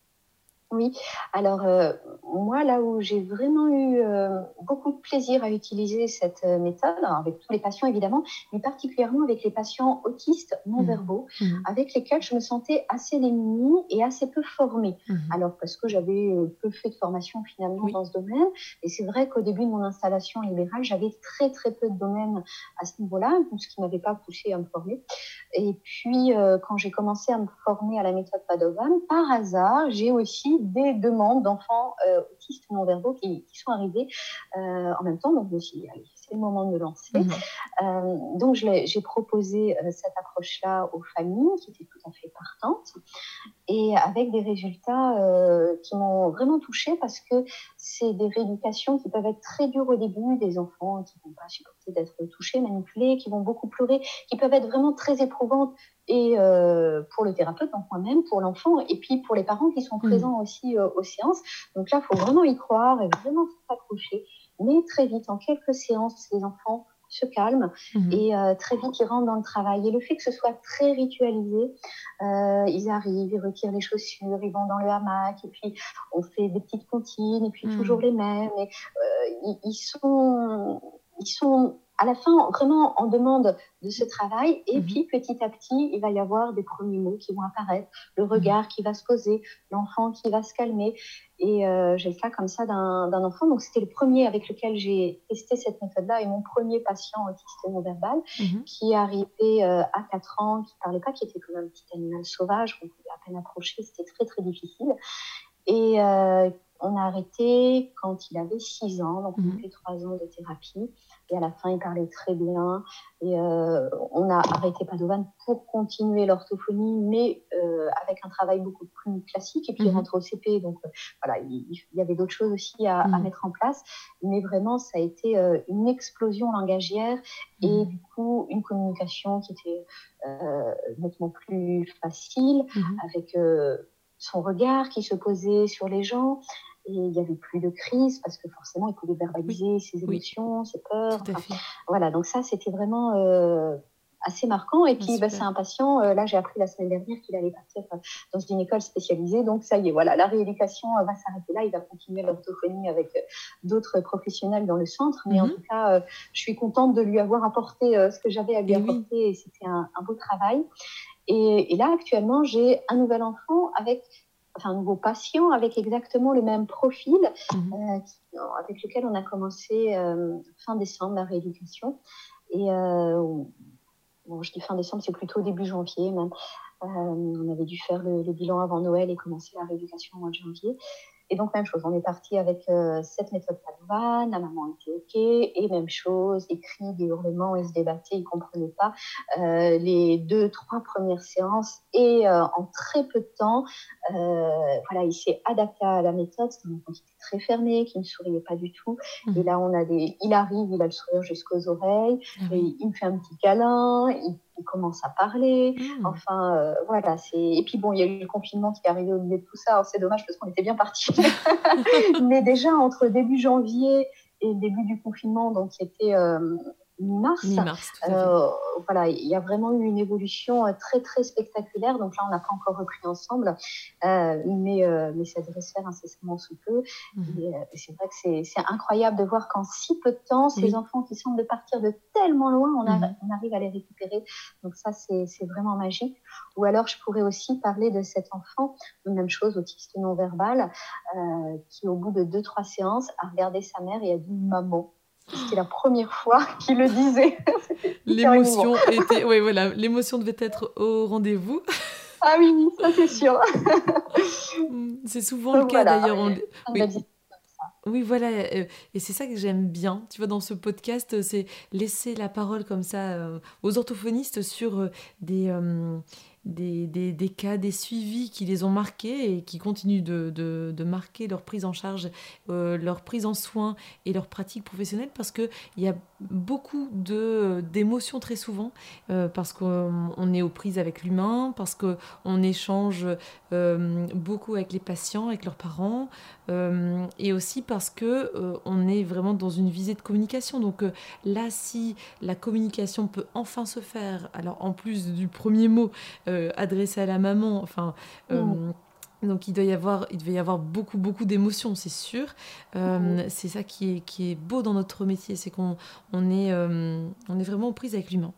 Speaker 2: Oui, alors euh, moi, là où j'ai vraiment eu euh, beaucoup de plaisir à utiliser cette euh, méthode, alors avec tous les patients évidemment, mais particulièrement avec les patients autistes
Speaker 1: Mhm.
Speaker 2: non-verbaux,
Speaker 1: Mhm.
Speaker 2: avec lesquels je me sentais assez démunie et assez peu formée.
Speaker 1: Mhm.
Speaker 2: Alors parce que j'avais euh, peu fait de formation finalement
Speaker 1: Oui.
Speaker 2: dans ce domaine, et c'est vrai qu'au début de mon installation libérale, j'avais très très peu de domaines à ce niveau-là, ce qui ne m'avait pas poussée à me former. Et puis, euh, quand j'ai commencé à me former à la méthode Padovan, par hasard, j'ai aussi des demandes d'enfants euh, autistes non-verbaux qui, qui sont arrivés euh, en même temps. Donc, je me suis dit, allez, c'est le moment de me lancer.
Speaker 1: Mhm.
Speaker 2: Euh, donc, je j'ai proposé euh, cette approche-là aux familles qui étaient tout à fait partantes et avec des résultats euh, qui m'ont vraiment touchée parce que c'est des rééducations qui peuvent être très dures au début, des enfants qui ne vont pas supporter d'être touchés, manipulés, qui vont beaucoup pleurer, qui peuvent être vraiment très éprouvantes et euh, pour le thérapeute, donc moi-même, pour l'enfant et puis pour les parents qui sont
Speaker 1: Mhm.
Speaker 2: présents aussi euh, aux séances. Donc là, il faut vraiment y croire et vraiment s'accrocher. Mais très vite, en quelques séances, les enfants se calment
Speaker 1: Mhm.
Speaker 2: et euh, très vite ils rentrent dans le travail. Et le fait que ce soit très ritualisé, euh, ils arrivent, ils retirent les chaussures, ils vont dans le hamac et puis on fait des petites comptines et puis toujours
Speaker 1: Mhm.
Speaker 2: les mêmes. Et, euh, ils, ils, sont, ils sont à la fin vraiment en demande de ce travail et
Speaker 1: Mhm.
Speaker 2: puis petit à petit il va y avoir des premiers mots qui vont apparaître, le
Speaker 1: Mhm.
Speaker 2: regard qui va se poser, l'enfant qui va se calmer. Et euh, j'ai le cas comme ça d'un, d'un enfant. Donc, c'était le premier avec lequel j'ai testé cette méthode-là et mon premier patient autiste non-verbal
Speaker 1: Mhm.
Speaker 2: qui est arrivé euh, à quatre ans, qui ne parlait pas, qui était comme un petit animal sauvage, qu'on pouvait à peine approcher. C'était très, très difficile. Et euh, on a arrêté quand il avait six ans, donc on a
Speaker 1: Mhm.
Speaker 2: fait trois ans de thérapie. Et à la fin, il parlait très bien. Et euh, on a arrêté Padovan pour continuer l'orthophonie, mais euh, avec un travail beaucoup plus classique. Et puis, il
Speaker 1: Mhm.
Speaker 2: rentre au C P, donc euh, voilà, il, il y avait d'autres choses aussi à, à
Speaker 1: Mhm.
Speaker 2: mettre en place. Mais vraiment, ça a été euh, une explosion langagière et
Speaker 1: Mhm.
Speaker 2: du coup, une communication qui était euh, nettement plus facile,
Speaker 1: Mhm.
Speaker 2: avec euh, son regard qui se posait sur les gens. Et il n'y avait plus de crise parce que forcément, il pouvait
Speaker 1: Oui,
Speaker 2: verbaliser ses
Speaker 1: oui,
Speaker 2: émotions, ses peurs.
Speaker 1: tout à
Speaker 2: Enfin,
Speaker 1: fait.
Speaker 2: voilà, donc ça, c'était vraiment euh, assez marquant. Et
Speaker 1: Ah,
Speaker 2: puis, bah, c'est
Speaker 1: super.
Speaker 2: un patient, euh, là, j'ai appris la semaine dernière qu'il allait partir euh, dans une école spécialisée. Donc, ça y est, voilà, la rééducation euh, va s'arrêter là. Il va continuer l'orthophonie avec euh, d'autres professionnels dans le centre. Mais en
Speaker 1: Mhm.
Speaker 2: tout cas, euh, je suis contente de lui avoir apporté euh, ce que j'avais à lui
Speaker 1: Et oui,
Speaker 2: apporter et c'était un, un beau travail. Et, et là, actuellement, j'ai un nouvel enfant avec, enfin un nouveau patient avec exactement le même profil, mmh. euh, qui, avec lequel on a commencé euh, fin décembre la rééducation. Et euh, bon, je dis fin décembre, c'est plutôt début janvier même. Euh, on avait dû faire le, le bilan avant Noël et commencer la rééducation au mois de janvier. Et donc, même chose, on est parti avec euh, cette méthode Padovan, la maman était OK, et même chose, des cris, des hurlements, il se débattait, il ne comprenait pas. Euh, les deux, trois premières séances, et euh, en très peu de temps, euh, voilà, il s'est adapté à la méthode, c'était un enfant qui était très fermé, qui ne souriait pas du tout. Mmh. Et là, on a des... il arrive, il a le sourire jusqu'aux oreilles, ah oui. Et il me fait un petit câlin, il il commence à parler, mmh. enfin euh, voilà, c'est... Et puis bon, il y a eu le confinement qui est arrivé au milieu de tout ça, alors c'est dommage parce qu'on était bien partis. Mais déjà, entre début janvier et le début du confinement, donc qui était euh, mi-mars,
Speaker 1: mi-mars tout à fait.
Speaker 2: Euh, voilà, il y a vraiment eu une évolution très très spectaculaire, donc là on n'a pas encore repris ensemble, euh, mais, euh, mais ça devrait se faire incessamment sous peu. Mmh. Et, euh, et c'est vrai que c'est, c'est incroyable de voir qu'en si peu de temps, ces oui. enfants qui semblent partir de tellement loin, on, a, mmh. on arrive à les récupérer, donc ça c'est, c'est vraiment magique. Ou alors je pourrais aussi parler de cet enfant, même chose, autiste non-verbal, euh, qui au bout de deux trois séances a regardé sa mère et a dit « maman ». C'était la première fois qu'il le disait.
Speaker 1: L'émotion était, ouais, voilà, l'émotion devait être au rendez-vous.
Speaker 2: Ah oui, oui, ça c'est sûr.
Speaker 1: C'est souvent Donc le cas voilà, d'ailleurs. On...
Speaker 2: Oui.
Speaker 1: Oui, voilà, euh, et c'est ça que j'aime bien, tu vois, dans ce podcast, c'est laisser la parole comme ça euh, aux orthophonistes sur euh, des, euh, des, des, des cas, des suivis qui les ont marqués et qui continuent de, de, de marquer leur prise en charge, euh, leur prise en soin et leur pratique professionnelle, parce qu'il y a beaucoup de, d'émotions très souvent, euh, parce qu'on on est aux prises avec l'humain, parce qu'on échange euh, beaucoup avec les patients, avec leurs parents, euh, et aussi parce qu'on euh, est vraiment dans une visée de communication. Donc euh, là, si la communication peut enfin se faire, alors en plus du premier mot euh, adressé à la maman, enfin... Euh, mmh. Donc il doit y avoir, il devait y avoir beaucoup, beaucoup d'émotions, c'est sûr. Euh, mmh. C'est ça qui est, qui est beau dans notre métier, c'est qu'on on est, euh, on est vraiment aux prises avec l'humain.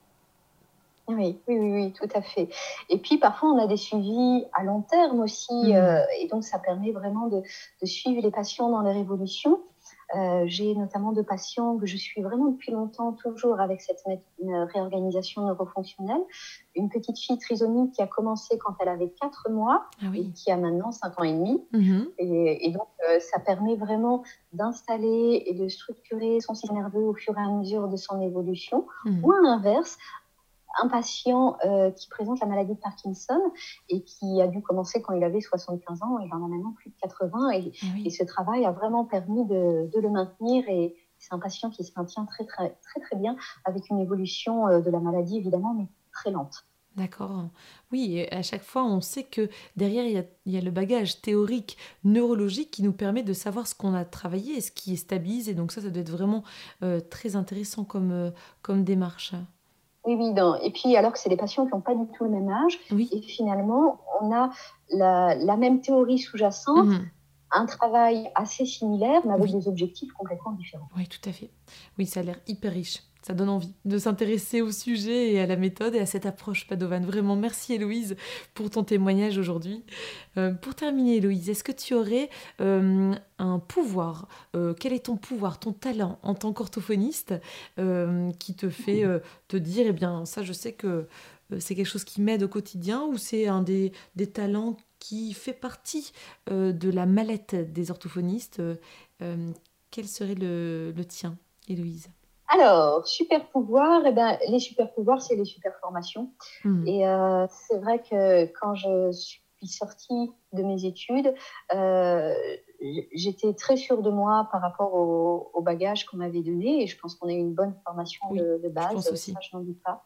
Speaker 2: Oui, oui, oui, oui, tout à fait. Et puis parfois on a des suivis à long terme aussi, mmh. euh, et donc ça permet vraiment de, de suivre les patients dans leur évolution. Euh, j'ai notamment deux patients que je suis vraiment depuis longtemps, toujours avec cette réorganisation neurofonctionnelle. Une petite fille trisomique qui a commencé quand elle avait quatre mois, ah oui. et qui a maintenant cinq ans et demi. Mmh. Et, et donc, euh, ça permet vraiment d'installer et de structurer son système nerveux au fur et à mesure de son évolution. Mmh. Ou à l'inverse, un patient euh, qui présente la maladie de Parkinson et qui a dû commencer quand il avait soixante-quinze ans, et il en a maintenant plus de quatre-vingts, et, ah oui. et ce travail a vraiment permis de, de le maintenir, et c'est un patient qui se maintient très très très très bien, avec une évolution euh, de la maladie évidemment, mais très lente.
Speaker 1: D'accord. Oui, et à chaque fois, on sait que derrière, il y a, il y a le bagage théorique, neurologique qui nous permet de savoir ce qu'on a travaillé et ce qui est stabilisé. Donc ça, ça doit être vraiment euh, très intéressant comme, euh, comme démarche.
Speaker 2: Oui, oui, non. Et puis alors que c'est des patients qui n'ont pas du tout le même âge, oui. Et finalement, on a la, la même théorie sous-jacente, mmh. un travail assez similaire, mais avec oui. des objectifs complètement différents.
Speaker 1: Oui, tout à fait. Oui, ça a l'air hyper riche. Ça donne envie de s'intéresser au sujet et à la méthode et à cette approche Padovan. Vraiment, merci Héloïse pour ton témoignage aujourd'hui. Euh, pour terminer, Héloïse, est-ce que tu aurais euh, un pouvoir euh, Quel est ton pouvoir, ton talent en tant qu'orthophoniste euh, qui te fait euh, te dire, eh bien, ça, je sais que euh, c'est quelque chose qui m'aide au quotidien, ou c'est un des, des talents qui fait partie euh, de la mallette des orthophonistes. euh, Quel serait le, le tien, Héloïse ?
Speaker 2: Alors, super pouvoir, eh ben, les super pouvoirs, c'est les super formations. Mmh. Et euh, c'est vrai que quand je suis sortie de mes études, euh, j'étais très sûre de moi par rapport au, au bagage qu'on m'avait donné. Et je pense qu'on a eu une bonne formation oui, de, de base,
Speaker 1: je aussi.
Speaker 2: ça je n'en doute pas,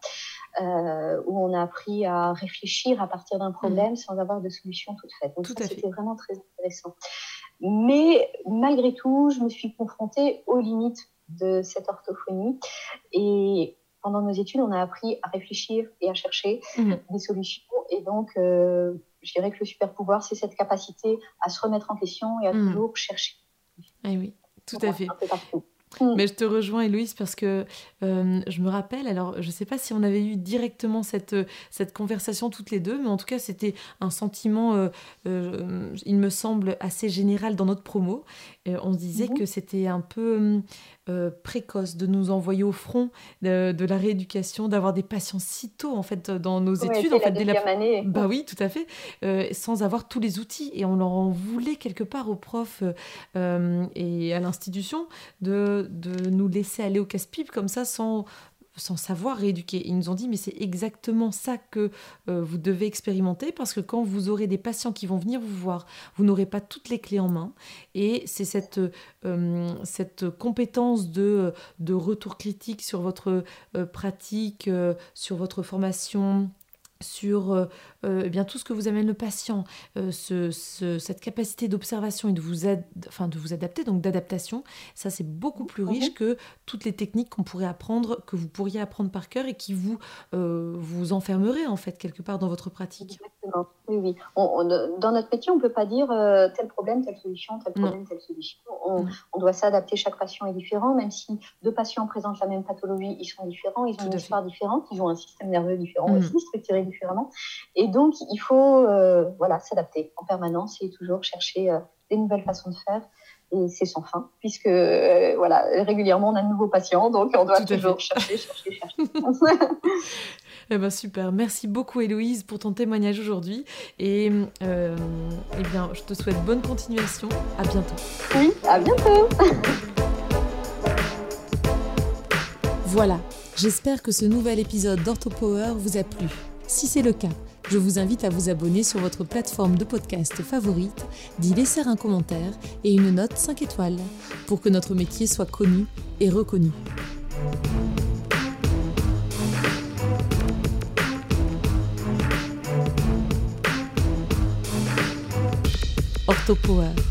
Speaker 2: euh, où on a appris à réfléchir à partir d'un problème mmh. sans avoir de solution toute faite. Donc
Speaker 1: tout
Speaker 2: ça,
Speaker 1: à
Speaker 2: c'était
Speaker 1: fait.
Speaker 2: vraiment très intéressant. Mais malgré tout, je me suis confrontée aux limites de cette orthophonie, et pendant nos études on a appris à réfléchir et à chercher mmh. des solutions, et donc euh, je dirais que le super pouvoir, c'est cette capacité à se remettre en question et à mmh. toujours chercher.
Speaker 1: Eh oui, tout à fait.
Speaker 2: Un peu partout.
Speaker 1: Mmh. Mais je te rejoins, Héloïse, parce que euh, je me rappelle, alors je ne sais pas si on avait eu directement cette, cette conversation toutes les deux, mais en tout cas, c'était un sentiment, euh, euh, il me semble, assez général dans notre promo. Euh, on se disait mmh. que c'était un peu euh, précoce de nous envoyer au front de, de la rééducation, d'avoir des patients si tôt, en fait, dans nos
Speaker 2: ouais,
Speaker 1: études. En fait,
Speaker 2: la deuxième la... année.
Speaker 1: Bah oui, tout à fait, euh, sans avoir tous les outils. Et on leur en voulait quelque part aux profs euh, et à l'institution de de nous laisser aller au casse-pipe comme ça sans, sans savoir rééduquer. Ils nous ont dit mais c'est exactement ça que euh, vous devez expérimenter parce que quand vous aurez des patients qui vont venir vous voir, vous n'aurez pas toutes les clés en main et c'est cette, euh, cette compétence de, de retour critique sur votre euh, pratique, euh, sur votre formation, sur euh, euh, eh bien, tout ce que vous amène le patient, euh, ce, ce, cette capacité d'observation et de vous, ad... enfin, de vous adapter, donc d'adaptation, ça c'est beaucoup plus riche mmh. que toutes les techniques qu'on pourrait apprendre, que vous pourriez apprendre par cœur et qui vous, euh, vous enfermeraient en fait quelque part dans votre pratique.
Speaker 2: Exactement, oui, oui. On, on, dans notre métier, on ne peut pas dire euh, tel problème, telle solution, tel problème, non. telle solution. On, on doit s'adapter, chaque patient est différent, même si deux patients présentent la même pathologie, ils sont différents, ils ont tout une histoire différente, ils ont un système nerveux différent mmh. aussi, structuré différemment. Et donc, il faut euh, voilà, s'adapter en permanence et toujours chercher euh, des nouvelles façons de faire. Et c'est sans fin, puisque euh, voilà, régulièrement, on a de nouveaux patients, donc on doit Tout toujours chercher, chercher, chercher.
Speaker 1: Eh ben super, merci beaucoup Héloïse pour ton témoignage aujourd'hui. Et euh, eh bien, je te souhaite bonne continuation. À bientôt.
Speaker 2: Oui, à bientôt.
Speaker 1: Voilà, j'espère que ce nouvel épisode d'OrthoPower vous a plu. Si c'est le cas, je vous invite à vous abonner sur votre plateforme de podcast favorite, d'y laisser un commentaire et une note cinq étoiles pour que notre métier soit connu et reconnu. OrthoPower.